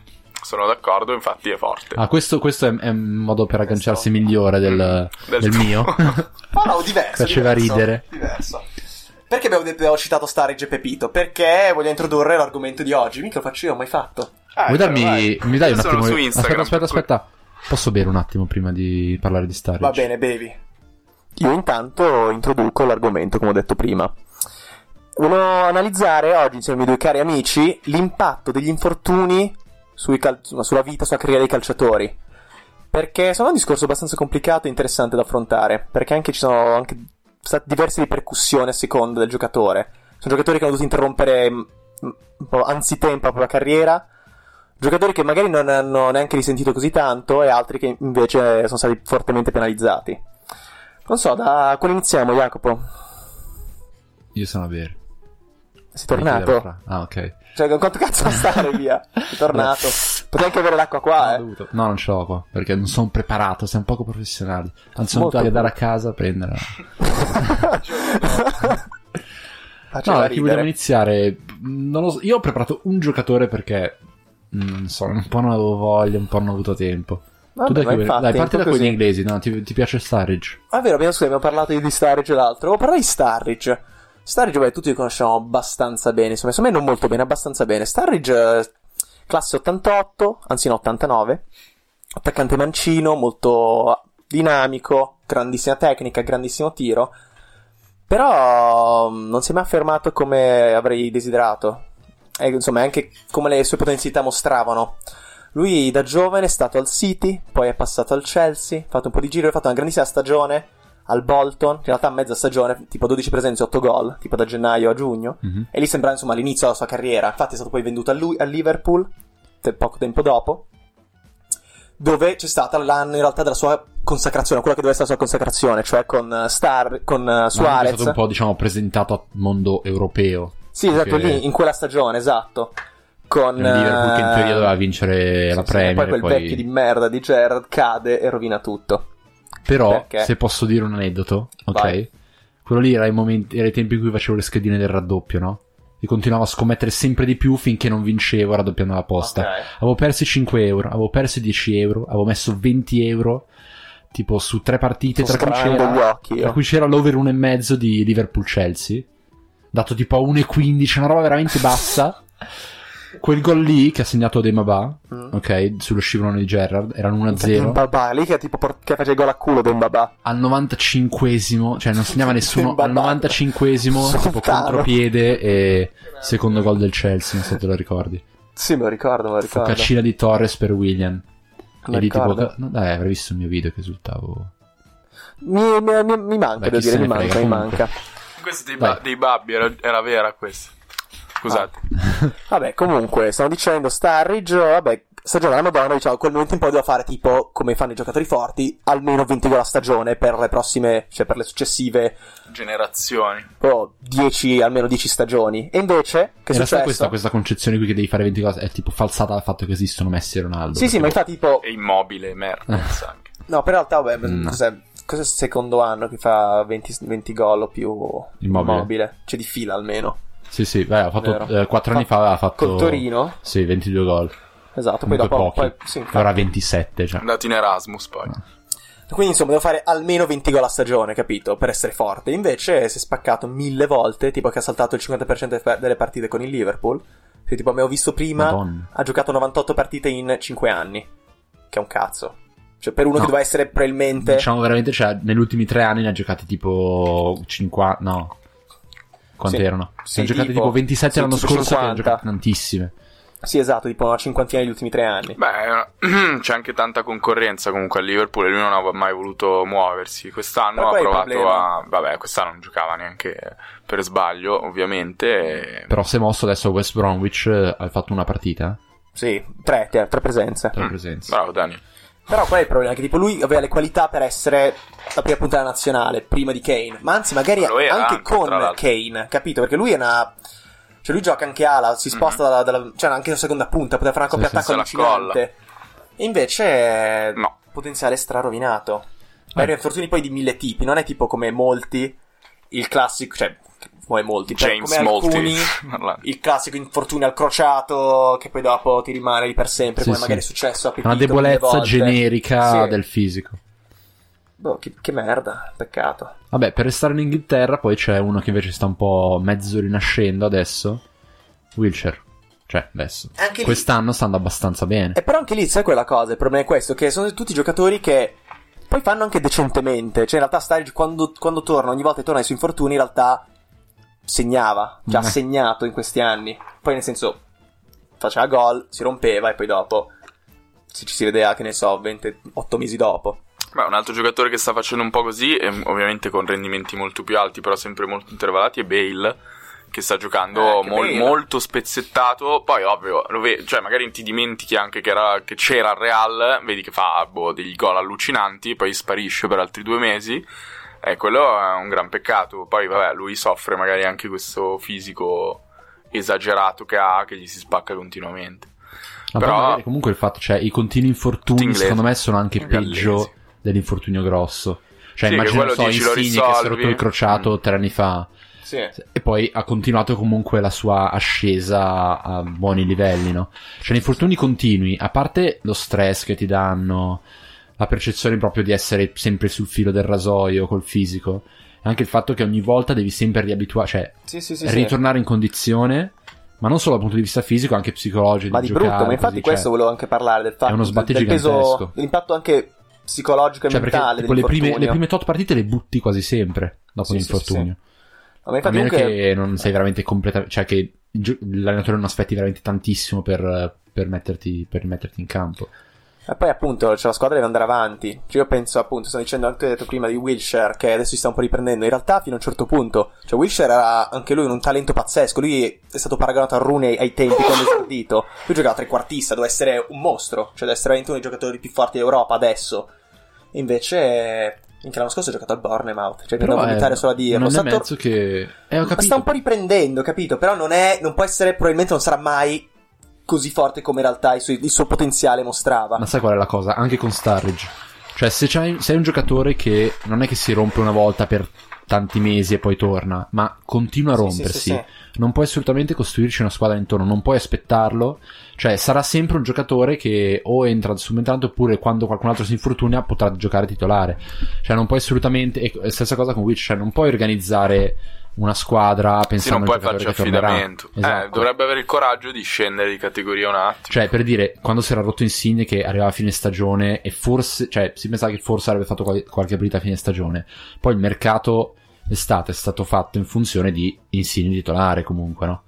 Sono d'accordo, infatti è forte. Ah, questo, questo è, è un modo per agganciarsi migliore del, Del del tuo. mio. Oh, no, diverso. Faceva diverso, ridere. Diverso. Perché abbiamo, abbiamo citato Sturridge e Pepito? Perché voglio introdurre l'argomento di oggi. Mica lo faccio io, ho mai fatto. Eh, Vuoi darmi, vai. mi dai un Io sono attimo? su Instagram, aspetta, aspetta, per cui- aspetta. Posso bere un attimo prima di parlare di Sturridge? Va bene, bevi. Io intanto introduco l'argomento, come ho detto prima. Volevo analizzare oggi, insieme ai miei due cari amici, l'impatto degli infortuni sui cal- sulla vita, sulla carriera dei calciatori. Perché sono un discorso abbastanza complicato e interessante da affrontare. Perché anche ci sono anche state diverse ripercussioni a seconda del giocatore. Sono giocatori che hanno dovuto interrompere mh, un po' anzitempo la propria carriera. Giocatori che magari non hanno neanche risentito così tanto e altri che invece sono stati fortemente penalizzati. Non so, da quale iniziamo, Jacopo? Io sono a bere. Sei tornato? Fra- Ah, ok. Cioè, con quanto cazzo stare via? Sei tornato? Potrei anche avere l'acqua qua, No, ho eh. dovuto- no, non ce l'ho qua, perché non sono preparato, siamo poco professionali. Anzi, sono Molto dovuto andare a poco. casa a prenderla. Faceva No, da chi vogliamo ridere. iniziare? Non lo so. Io ho preparato un giocatore perché, mm, non so, un po' non avevo voglia, un po' non ho avuto tempo. Vabbè, tu dai, ma chi vuoi- infatti, dai, un parti po' da quelli così. inglesi, no? Ti, ti piace Sturridge? Ah, è vero, abbiamo, scusa, abbiamo parlato di Sturridge e l'altro. Devo parlare di Sturridge. Sturridge, beh, tutti li conosciamo abbastanza bene. Insomma, secondo me non molto bene, abbastanza bene. Sturridge, eh, classe ottantotto, anzi no, ottantanove. Attaccante mancino, molto dinamico, grandissima tecnica, grandissimo tiro. Però mm, non si è mai affermato come avrei desiderato. E, insomma, anche come le sue potenzialità mostravano. Lui da giovane è stato al City, poi è passato al Chelsea, ha fatto un po' di giro, ha fatto una grandissima stagione al Bolton, in realtà mezza stagione, tipo dodici presenze, otto gol, tipo da gennaio a giugno, Mhm. e lì sembra insomma l'inizio della sua carriera. Infatti è stato poi venduto a, lui, a Liverpool te- poco tempo dopo, dove c'è stata l'anno in realtà della sua consacrazione, quella che doveva essere la sua consacrazione, cioè con uh, Star, con uh, Ma Suarez. è stato un po', diciamo, presentato al mondo europeo. Sì, esatto, Perché lì in quella stagione, esatto. Con il Liverpool che in teoria eh, doveva vincere sì, la sì, Premier. e poi quel poi... vecchio di merda di Gerrard cade e rovina tutto. Però, Perché? se posso dire un aneddoto, ok? Vai. Quello lì era i momenti, era i tempi in cui facevo le schedine del raddoppio, no? E continuavo a scommettere sempre di più finché non vincevo raddoppiando la posta. Ok. Avevo perso cinque euro, avevo perso dieci euro, avevo messo venti euro, tipo su tre partite, Sto tra cui, sgranando gli c'era, occhi io. tra cui c'era l'over uno e mezzo di Liverpool-Chelsea, dato tipo a uno e quindici, una roba veramente bassa. Quel gol lì che ha segnato Dembaba, Mm. ok, sullo scivolone di Gerrard, erano uno a zero. Dembaba, lì che tipo por- che faceva il gol a culo Dembaba. Al novantacinquesimo, cioè non segnava nessuno, Dembaba. al novantacinquesimo, tipo Sultano. contropiede e secondo gol del Chelsea, non so se te lo ricordi. Sì, me lo ricordo, me lo ricordo. Focaccina di Torres per William. Me E lì tipo, ricordo. no, dai, avrei visto il mio video che esultavo. Mi, mi, mi, mi manca, Beh, devo chi dire, se mi ne manca, frega, mi comunque. manca. Questo dei, Vai. ba- dei babbi era, era vera questa. Scusate. Vabbè, comunque, stavo dicendo, Sturridge, vabbè, stagione alla Madonna, diciamo, a quel momento in poi doveva fare tipo, come fanno i giocatori forti, almeno venti gol a stagione per le prossime, cioè per le successive, Generazioni. oh, dieci, almeno dieci stagioni. E invece, che è In realtà successo? questa, questa concezione qui che devi fare venti cose è tipo falsata dal fatto che esistono Messi e Ronaldo. Sì, sì, ma infatti tipo, E immobile, merda. anche. no, per realtà, vabbè, No. cos'è, cos'è il secondo anno che fa venti, venti gol o più Immobile. Cioè di fila almeno. Sì, sì, beh, ha fatto Vero. eh, quattro anni fa aveva fatto Col Torino. Sì, ventidue gol. Esatto, poi Comunque dopo pochi. poi, sì, infatti. Ora ventisette, cioè. Andato in Erasmus poi. Quindi insomma devo fare almeno venti gol a stagione, capito? Per essere forte. Invece si è spaccato mille volte, tipo che ha saltato il cinquanta per cento delle partite con il Liverpool. Che tipo abbiamo visto prima, Madonna. ha giocato novantotto partite in cinque anni. Che è un cazzo. Cioè per uno No. che doveva essere probabilmente... Diciamo veramente, cioè, negli ultimi tre anni ne ha giocati tipo cinquanta, no. Quanti Sì. erano? Sì, ne ha giocati tipo- tipo ventisette sì, l'anno tipo scorso, che ne ha cinquanta. giocati tantissime. Sì, esatto, tipo una cinquantina negli ultimi tre anni. Beh, c'è anche tanta concorrenza comunque al Liverpool e lui non ha mai voluto muoversi. Quest'anno Ma ha qual è il provato problema? a... Vabbè, quest'anno non giocava neanche per sbaglio, ovviamente. e- Però si è mosso adesso a West Bromwich, eh, ha fatto una partita, Sì, tre, tre, tre presenze. tre Mm, presenze. Bravo Dani. Però qual è il problema? Che tipo lui aveva le qualità per essere la prima punta della nazionale, prima di Kane. Ma anzi magari Ma lo era anche, anche, con tra l'altro. Kane, capito? Perché lui è una... Cioè lui gioca anche ala, si sposta dalla, dalla... Cioè anche in seconda punta, poteva fare una coppia Sì, sì, attacco se la allucinante. E invece... No. Potenziale strarovinato. Magari Eh. infortuni poi di mille tipi, non è tipo come molti il classico... Cioè, muove molti. Per, James come Molti. alcuni, il classico infortunio al crociato che poi dopo ti rimane lì per sempre, Sì, come sì. magari è successo a Pepito Una debolezza mille volte. generica Sì. del fisico. Boh, che, che merda, peccato. Vabbè, per restare in Inghilterra poi c'è uno che invece sta un po' mezzo rinascendo adesso, Wilshere. Cioè, adesso. Anche lì- Quest'anno sta andando abbastanza bene. E però anche lì, sai quella cosa, il problema è questo, che sono tutti giocatori che poi fanno anche decentemente, cioè in realtà Sturridge quando, quando torna, ogni volta che torna ai suoi infortuni, in realtà segnava, cioè ha Mm. segnato in questi anni. Poi nel senso, faceva gol, si rompeva e poi dopo si, ci si vedeva, che ne so, ventotto mesi dopo. Beh, un altro giocatore che sta facendo un po' così, e ovviamente con rendimenti molto più alti, però sempre molto intervallati, è Bale, che sta giocando Eh, anche mol- Bale. molto spezzettato. Poi ovvio, lo ve- cioè magari ti dimentichi anche che, era, che c'era il Real, vedi che fa boh, degli gol allucinanti, poi sparisce per altri due mesi, e quello è un gran peccato. Poi vabbè, lui soffre magari anche questo fisico esagerato che ha, che gli si spacca continuamente. Ma Però- poi magari comunque il fatto, cioè, i continui infortuni Inglesi. secondo me sono anche I peggio gallesi. dell'infortunio grosso. Cioè, Sì, che immagino, quello non so, dici, lo Insigne che si è risolvi. rotto il crociato Mm. tre anni fa. Sì. E poi ha continuato comunque la sua ascesa a buoni livelli, no? Cioè, gli infortuni continui, a parte lo stress che ti danno, la percezione proprio di essere sempre sul filo del rasoio col fisico, e anche il fatto che ogni volta devi sempre riabituare, cioè, Sì, sì, sì, sì. ritornare in condizione, ma non solo dal punto di vista fisico, anche psicologico. Ma di giocare, brutto, ma infatti così, questo cioè, volevo anche parlare del fatto è uno sbatti del peso, gigantesco. dell'impatto anche psicologico e cioè, perché mentale tipo, le, prime, le dell'infortunio. prime tot partite le butti quasi sempre dopo Sì, sì, l'infortunio. Ma infatti A meno comunque- che non sei veramente completamente, cioè che il gio- l'allenatore non aspetti veramente tantissimo per, per metterti per metterti in campo. E poi appunto cioè, la squadra deve andare avanti. Cioè io penso appunto, sto dicendo anche detto prima di Wilshere, che adesso si sta un po' riprendendo. In realtà fino a un certo punto, cioè Wilshere era anche lui un talento pazzesco. Lui è stato paragonato a Rooney ai tempi quando è esordito. Lui giocava trequartista, doveva essere un mostro, cioè deve essere veramente uno dei giocatori più forti d'Europa adesso. E invece anche l'anno scorso ha giocato al Bournemouth, cioè Però devo è- vomitare solo a dirlo. non è Sta tor- mezzo che eh, ho Ma sta capito. un po' riprendendo, capito? Però non è, non può essere, probabilmente non sarà mai così forte come in realtà il suo, il suo potenziale mostrava. Ma sai qual è la cosa? Anche con Sturridge. Cioè, se c'hai, sei un giocatore che non è che si rompe una volta per tanti mesi e poi torna, ma continua a Sì, rompersi, sì, sì, non puoi assolutamente costruirci una squadra intorno, non puoi aspettarlo. Cioè, sarà sempre un giocatore che o entra subentrante oppure quando qualcun altro si infortuna potrà giocare titolare. Cioè, non puoi assolutamente. E stessa cosa con Witch, cioè, non puoi organizzare una squadra Sì, pensando non al puoi giocatore farci che tornerà. affidamento. Esatto. Eh, dovrebbe avere il coraggio di scendere di categoria un attimo. Cioè, per dire, quando si era rotto Insigne che arrivava a fine stagione e forse, cioè, si pensava che forse avrebbe fatto qual- qualche abilità a fine stagione. Poi il mercato estate è stato fatto in funzione di Insigne titolare comunque, no?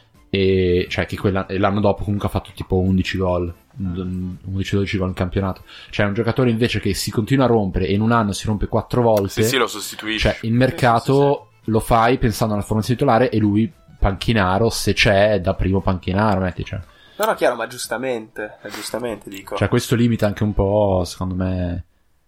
E cioè che quella, e l'anno dopo comunque ha fatto tipo undici gol, undici dodici gol in campionato. Cioè è un giocatore invece che si continua a rompere e in un anno si rompe quattro volte. Sì, sì, lo sostituisce. Cioè il mercato lo fai pensando alla formazione titolare e lui panchinaro, se c'è, da primo panchinaro, metti, cioè. No, no, chiaro, ma giustamente, eh, giustamente dico. Cioè questo limita anche un po', secondo me,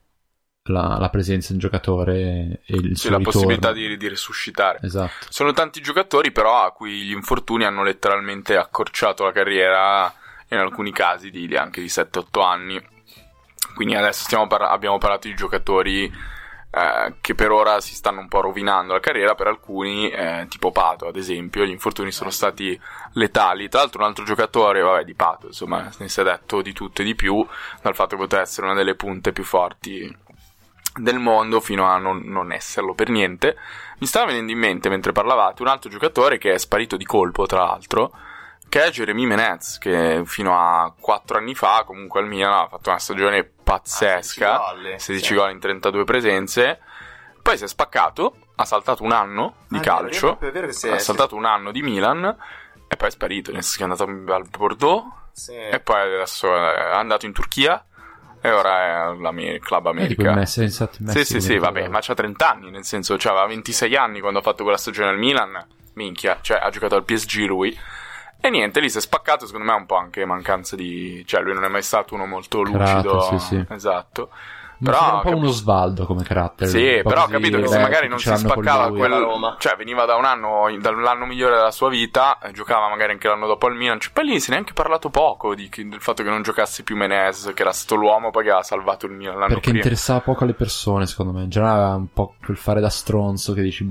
la, la presenza di un giocatore e il Sì, suo la ritorno. possibilità di, di resuscitare. Esatto. Sono tanti giocatori però a cui gli infortuni hanno letteralmente accorciato la carriera, in alcuni casi di, di anche di sette otto anni. Quindi adesso stiamo par- abbiamo parlato di giocatori eh, che per ora si stanno un po' rovinando la carriera. Per alcuni, eh, tipo Pato ad esempio, gli infortuni sono stati letali. Tra l'altro un altro giocatore, vabbè, di Pato, insomma, ne si è detto di tutto e di più, dal fatto che poteva essere una delle punte più forti del mondo fino a non, non esserlo per niente. Mi stava venendo in mente mentre parlavate un altro giocatore che è sparito di colpo, tra l'altro, che è Jérémy Menez, che fino a quattro anni fa comunque al Milan ha fatto una stagione pazzesca, Ah, sedici gol, sedici sì. gol in trentadue presenze. Poi si è spaccato, ha saltato un anno di Ah, è vero, calcio, è vero, è vero che si è- ha saltato un anno di Milan e poi è sparito, nel senso che è andato al Bordeaux Sì. e poi adesso è andato in Turchia e ora è la club Eh, di quel America. Messi, infatti, Sì, Messi sì, sì, come vabbè, giocava. ma c'ha trenta anni, nel senso, cioè, aveva ventisei anni quando ha fatto quella stagione al Milan, minchia, cioè, ha giocato al P S G lui, e niente, lì si è spaccato, secondo me è un po' anche mancanza di, cioè, lui non è mai stato uno molto lucido, Carattere, sì, sì. esatto, Ma però, sembra un po' cap- uno Svaldo come carattere. sì, un po' però ho così, capito che se beh, magari non ce si l'hanno con spaccava lui. quella Roma. cioè veniva da un anno, dall'anno migliore della sua vita, eh, giocava magari anche l'anno dopo al Milan, cioè, poi lì se ne è anche parlato poco di, del fatto che non giocasse più Menez, che era stato l'uomo poi che aveva salvato il Milan l'anno Perché prima. interessava poco alle persone, secondo me. In generale aveva un po' quel fare da stronzo che dici, boh.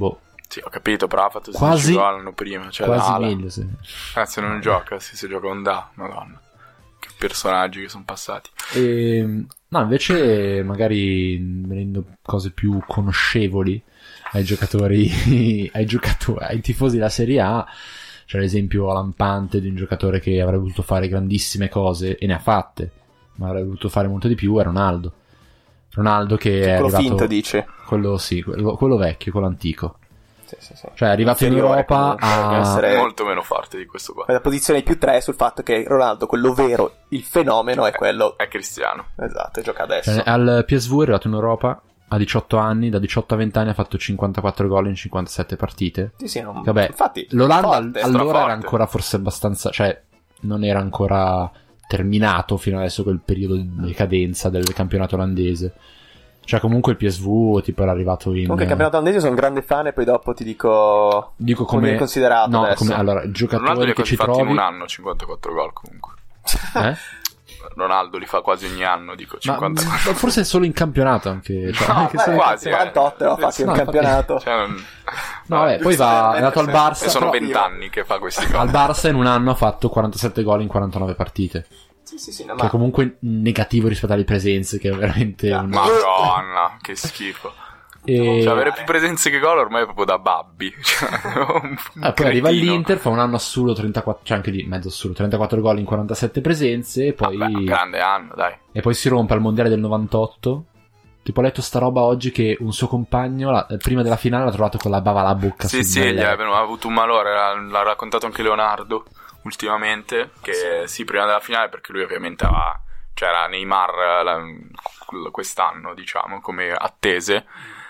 Sì, ho capito, però ha fatto Quasi- sedici gol l'anno prima. Cioè Quasi l'ala. meglio, sì. Eh, se non gioca, se si gioca un da, madonna. Che personaggi che sono passati. E, no, invece magari venendo cose più conoscevoli ai giocatori, ai giocatori, ai tifosi della Serie A, c'è l'esempio lampante di un giocatore che avrebbe voluto fare grandissime cose e ne ha fatte, ma avrebbe voluto fare molto di più, è Ronaldo. Ronaldo che è quello arrivato... finto, dici? Quello sì, quello, quello vecchio, quello antico. Sì, sì, sì. Cioè è arrivato in Inferiore, Europa comunque, deve a... essere- Molto meno forte di questo qua. La posizione più tre sul fatto che Ronaldo, quello vero, il fenomeno, è quello... È Cristiano. Esatto, gioca adesso. Cioè, al P S V è arrivato in Europa a diciotto anni, da diciotto a venti anni ha fatto cinquantaquattro gol in cinquantasette partite. Sì, sì, non... Vabbè, infatti, l'Olanda forte. allora straforte. era ancora forse abbastanza, cioè non era ancora terminato fino adesso quel periodo di decadenza del campionato olandese. Cioè comunque il P S V tipo era arrivato in... Comunque il campionato olandese sono un grande fan e poi dopo ti dico... Dico come come... è considerato No, adesso. come... Allora, Ronaldo li giocatori ha che quasi ci fatti trovi... in un anno cinquantaquattro gol comunque. Eh? Ronaldo li fa quasi ogni anno, dico Ma, cinquantaquattro. ma forse solo in campionato anche. Cioè, No, anche beh, solo- quasi, eh. quarantotto ho Sì, fatto sì, un no, infatti- campionato. Cioè, non... No, vabbè, poi va, è andato al E Barça. sono però- vent'anni che fa questi Al gol. Barça in un anno ha fatto quarantasette gol in quarantanove partite. Sì, sì, sì, no, Che ma... è comunque negativo rispetto alle presenze, che è veramente un... Madonna, che schifo. E... Cioè, avere più presenze che gol ormai è proprio da babbi. Cioè, un Ah, poi arriva cretino. all'Inter, fa un anno assurdo, trentaquattro, cioè anche lì mezzo assurdo, trentaquattro gol in quarantasette presenze, e poi, Vabbè, un grande anno, dai. e poi si rompe al mondiale del novantotto. Tipo ho letto sta roba oggi che un suo compagno, la- prima della finale, l'ha trovato con la bava alla bocca. Sì, sul sì, melle. gli è venuto, ha avuto un malore, l'ha, l'ha raccontato anche Leonardo ultimamente, che sì, prima della finale, perché lui ovviamente aveva, c'era Neymar la, quest'anno, diciamo, come attese,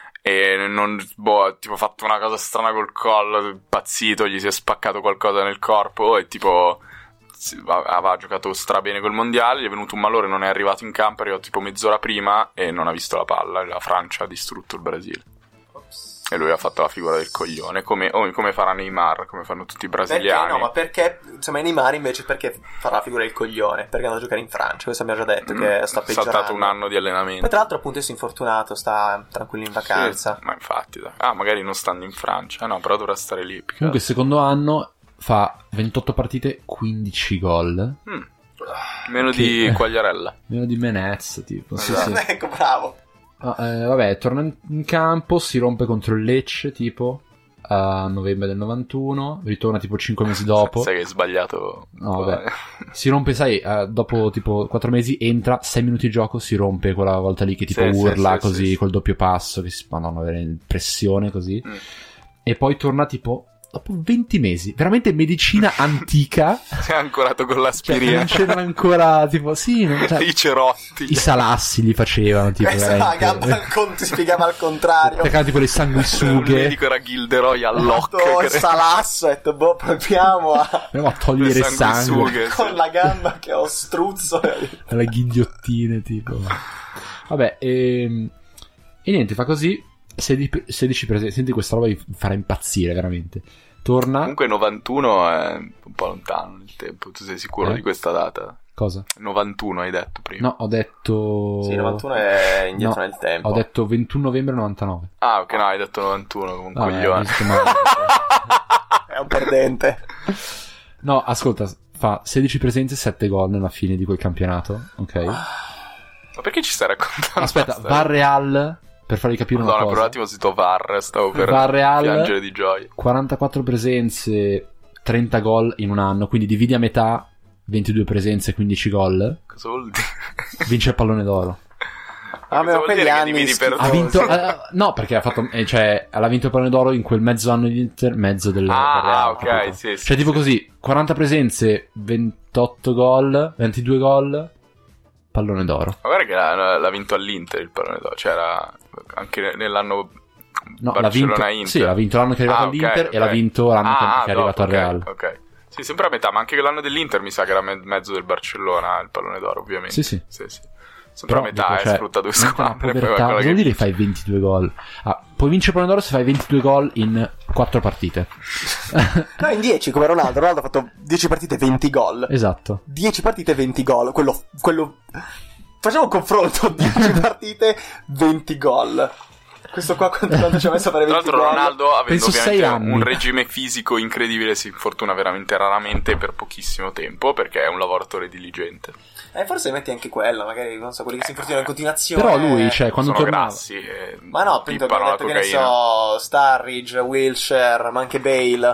e non, boh, tipo ha fatto una cosa strana col collo, impazzito, gli si è spaccato qualcosa nel corpo e tipo si- aveva giocato strabene col mondiale, gli è venuto un malore, non è arrivato in campo, è arrivato tipo mezz'ora prima e non ha visto la palla, la Francia ha distrutto il Brasile. E lui ha fatto la figura del coglione, come, oh, come farà Neymar, come fanno tutti i Perché brasiliani. no, ma perché insomma Neymar invece perché farà la figura del coglione? Perché andò a giocare in Francia, questo abbiamo già detto che sta Ha peggiorando. saltato un anno di allenamento. Poi tra l'altro appunto si è infortunato, sta tranquillo in vacanza. Sì, ma infatti, dai. Ah, magari non stando in Francia, no, però dovrà stare lì. più che Comunque secondo anno fa ventotto partite, quindici gol. altro. Mm. Meno Che- di Quagliarella. Meno di Menez, tipo. Sì, Esatto. sì. Ecco, bravo. Ah, eh, vabbè, torna in- in campo, si rompe contro il Lecce, tipo, a novembre del novantuno, ritorna tipo cinque mesi dopo. Sai che hai sbagliato. No, vabbè. Si rompe, sai, eh, dopo tipo quattro mesi entra, sei minuti di gioco, si rompe quella volta lì che tipo Sì, sì, urla sì, così sì, sì. col doppio passo, che si madonna, avere pressione così. Mm. E poi torna tipo dopo venti mesi, veramente medicina antica. Si è ancorato con Cioè, l'aspirina. non c'erano ancora tipo sì, non- cioè, I cerotti. i salassi li facevano tipo Questa la veramente. gamba al con- si spiegava al contrario. Attaccavano tipo le Il sanguisughe. medico era Gilderoy all'occhio. Fatto il salasso, ho detto boh, proviamo a... Andiamo a togliere sangue con la gamba che ho struzzo. alle ghigliottine tipo. Vabbè, e, e niente, fa così sedici, sedici presenze. Senti, questa roba mi farà impazzire veramente. Torna. Comunque novantuno è un po' lontano nel tempo. Tu sei sicuro Eh? di questa data? Cosa? novantuno hai detto prima. No, ho detto Sì, novantuno è indietro No, nel tempo. ho detto ventuno novembre novantanove. Ah, ok, no, hai detto novantuno come un Vabbè, coglione. visto male. È un perdente. No, ascolta, fa sedici presenze e sette gol nella fine di quel campionato, ok? Ma perché ci stai raccontando? Aspetta, sta- va al Real, per farvi capire Madonna, una per un cosa. attimo ho sentito V A R, stavo per Va al Real, piangere di gioia. quarantaquattro presenze, trenta gol in un anno, quindi dividi a metà, ventidue presenze, quindici gol, Cosa vuol dire? vince il pallone d'oro. Ah, Cosa ma vuol quegli dire che anni dividi per schifosi. Ha vinto, eh, no, perché ha fatto, eh, cioè, ha vinto il pallone d'oro in quel mezzo anno di Inter, mezzo del, Ah, del Real, ok, capito? sì, sì, Cioè, tipo sì. così, quaranta presenze, ventotto gol, ventidue gol, pallone d'oro. Ma guarda che l'ha, l'ha vinto all'Inter il pallone d'oro. C'era anche nell'anno No, l'ha vinto, Barcellona-Inter. sì, l'ha vinto l'anno che è arrivato Ah, ok, all'Inter ok. e l'ha vinto l'anno che- Ah, che è dopo, arrivato al ok, Real. Ok. Sì, sempre a metà, ma anche l'anno dell'Inter mi sa che era me- mezzo del Barcellona il pallone d'oro, ovviamente. Sì, sì. Sì, sì. Sempre Però, a metà, dico, eh, cioè, sfrutta due diventa una squadre. poi povertà. quella Cosa che vuol dire vince. fai ventidue gol? Ah, puoi vincere il pallone d'oro se fai ventidue gol in quattro partite. No, in dieci come Ronaldo. Ronaldo ha fatto dieci partite, venti gol. Esatto. dieci partite, venti gol. Quello, quello... Facciamo un confronto. dieci partite, venti gol. Questo qua quanto, quanto ci ha messo a fare Tra venti l'altro gol? Ronaldo, avendo Penso sei ovviamente anni. un regime fisico incredibile, si infortuna veramente raramente per pochissimo tempo, perché è un lavoratore diligente. Eh, forse metti anche quello, magari, non so, quelli che si infortunano in continuazione. Però lui, cioè, quando Sono tornava... grassi e Ma no, appunto, pippano abbiamo la detto che ne cocaina. so, Sturridge, Wilshere, ma anche Bale.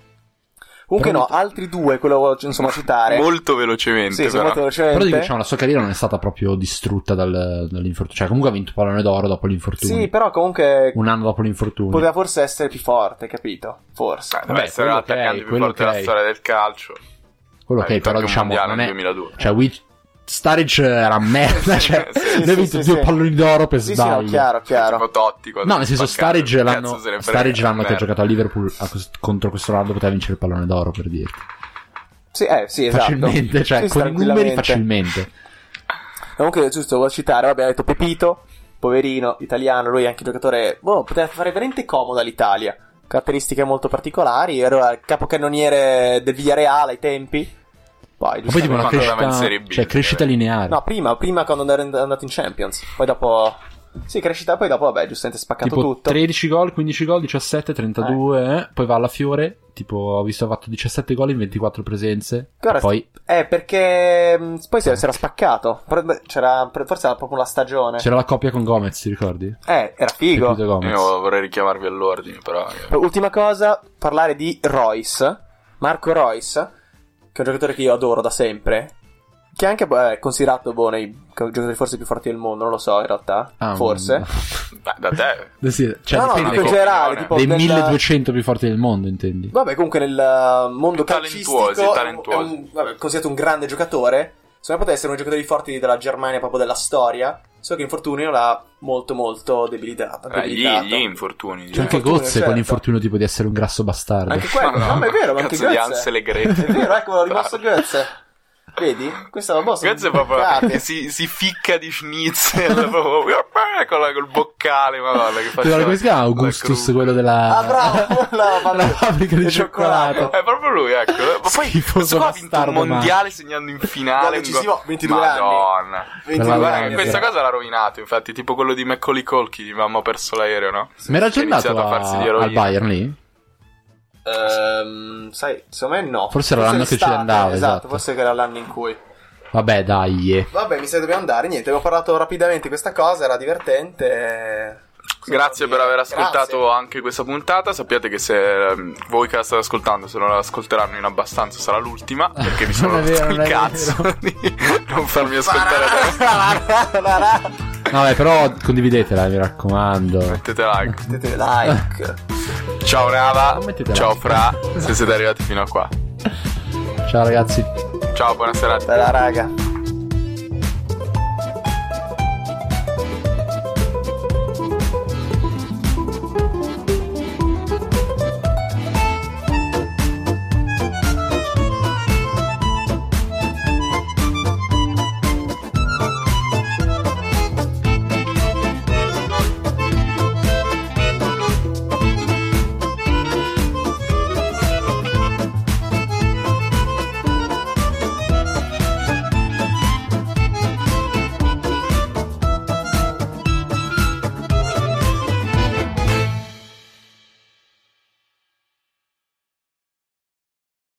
Comunque Però- no, altri due, quello voglio insomma citare. Molto velocemente, Sì, sì, però. molto velocemente. Però dico, diciamo, la sua carriera non è stata proprio distrutta dal, dall'infortunio. Cioè, comunque ha vinto pallone d'oro dopo l'infortunio. Sì, però comunque Un anno dopo l'infortunio. poteva forse essere più forte, capito? Forse. Eh, deve Vabbè, essere quello l'attaccante ok, più quello forte della ok. storia del calcio. Quello Ha che vinto però anche un diciamo mondiale non nel è... duemiladue. Cioè, Wi- Sturridge era merda, cioè, Sì, lui ha sì, vinto sì, due sì. palloni d'oro per Sì, sì, no, sbaglio. chiaro, chiaro. Tipo Totti quando No, nel senso, spaccato, Sturridge che l'anno, cazzo se ne frega, Sturridge l'anno che ha merda. giocato a Liverpool a cos- contro questo Ronaldo poteva vincere il pallone d'oro, per dirti. Sì, eh, sì, esatto. Facilmente, cioè, Sì, con i numeri tranquillamente. facilmente. Comunque, giusto, vuol citare, vabbè, ha detto Pepito, poverino, italiano, lui è anche giocatore, boh, poteva fare veramente comodo all'Italia. Caratteristiche molto particolari, era il capocannoniere del Villarreal ai tempi. Poi, Ma poi tipo una Quando andava in crescita, Serie B, cioè crescita direi. lineare. No, prima, prima quando era andato in Champions, poi dopo... Sì, crescita, poi dopo, vabbè, giustamente spaccato Tipo tutto. tredici gol, quindici gol, diciassette, trentadue, eh. Poi va alla Fiore, tipo ho visto ha fatto diciassette gol in ventiquattro presenze. Guarda, E poi Eh, perché mh, poi si era, si era spaccato. Però, beh, c'era, forse era proprio la stagione. c'era la coppia con Gomez, ti ricordi? Eh, era figo. Pepito Gomez. Io vorrei richiamarvi all'ordine, però. Ultima cosa, parlare di Royce, Marco Royce, che è un giocatore che io adoro da sempre, che è anche beh, è considerato boh, nei giocatori forse più forti del mondo, non lo so in realtà, Ah, forse. Beh, da te. Eh sì, cioè, no, no, dipende dico in come- generale, tipo dei nel- milleduecento più forti del mondo, intendi? Vabbè, comunque nel uh, mondo Talentuosi, calcistico è un- talentuosi. è un, vabbè, considerato un grande giocatore. Secondo me poteva essere uno dei giocatori forti della Germania proprio della storia, solo che l'infortunio l'ha molto molto debilitato. Eh, gli, debilitato. gli infortuni. C'è anche infortunio, Gozze certo. con l'infortunio tipo di essere un grasso bastardo. Anche quello, Ma no, no, ma è vero, ma anche cazzo di Götze. Ansel e Gretel. È vero, ecco, l'ho rimosso Götze. Vedi? Questa è una bossa. Questo è proprio che si, si ficca di schnitzel proprio, con la- col boccale, madonna, che Ti faceva come si chiama la Augustus, cruda. quello della... Ah, bravo! La, la fabbrica di cioccolato. È proprio lui, ecco. Ma poi Schifoso questo qua ha vinto un bastardo, mondiale segnando in finale. Gol decisivo, un gol- ventidue Madonna. anni. ventidue Quella Guarda, là anni. è questa vera. cosa l'ha rovinato, infatti, tipo quello di Macaulay Culkin, di Mamma ho perso l'aereo, no? Ma era già Ha iniziato andato a farsi a- di al eroina. Bayern lì? Ehm, sai, secondo me no. Forse era l'anno che ci l'estate, andava, Esatto, esatto. forse che era l'anno in cui. Vabbè, dai. eh. Vabbè, mi sa che dobbiamo andare. Niente, abbiamo parlato rapidamente di questa cosa, era divertente. e- Grazie per aver ascoltato Grazie. anche questa puntata. Sappiate che se ehm, voi che la state ascoltando, se non la ascolteranno in abbastanza, sarà l'ultima. Perché mi sono Non è vero, rotto il non è cazzo vero. di non farmi ascoltare te. No, vabbè, però condividetela, mi raccomando. Mettete like. Mettete like. Ciao Nava. Non mettete Ciao like. Fra. Se siete arrivati fino a qua. Ciao ragazzi. Ciao, buona serata. Bella raga.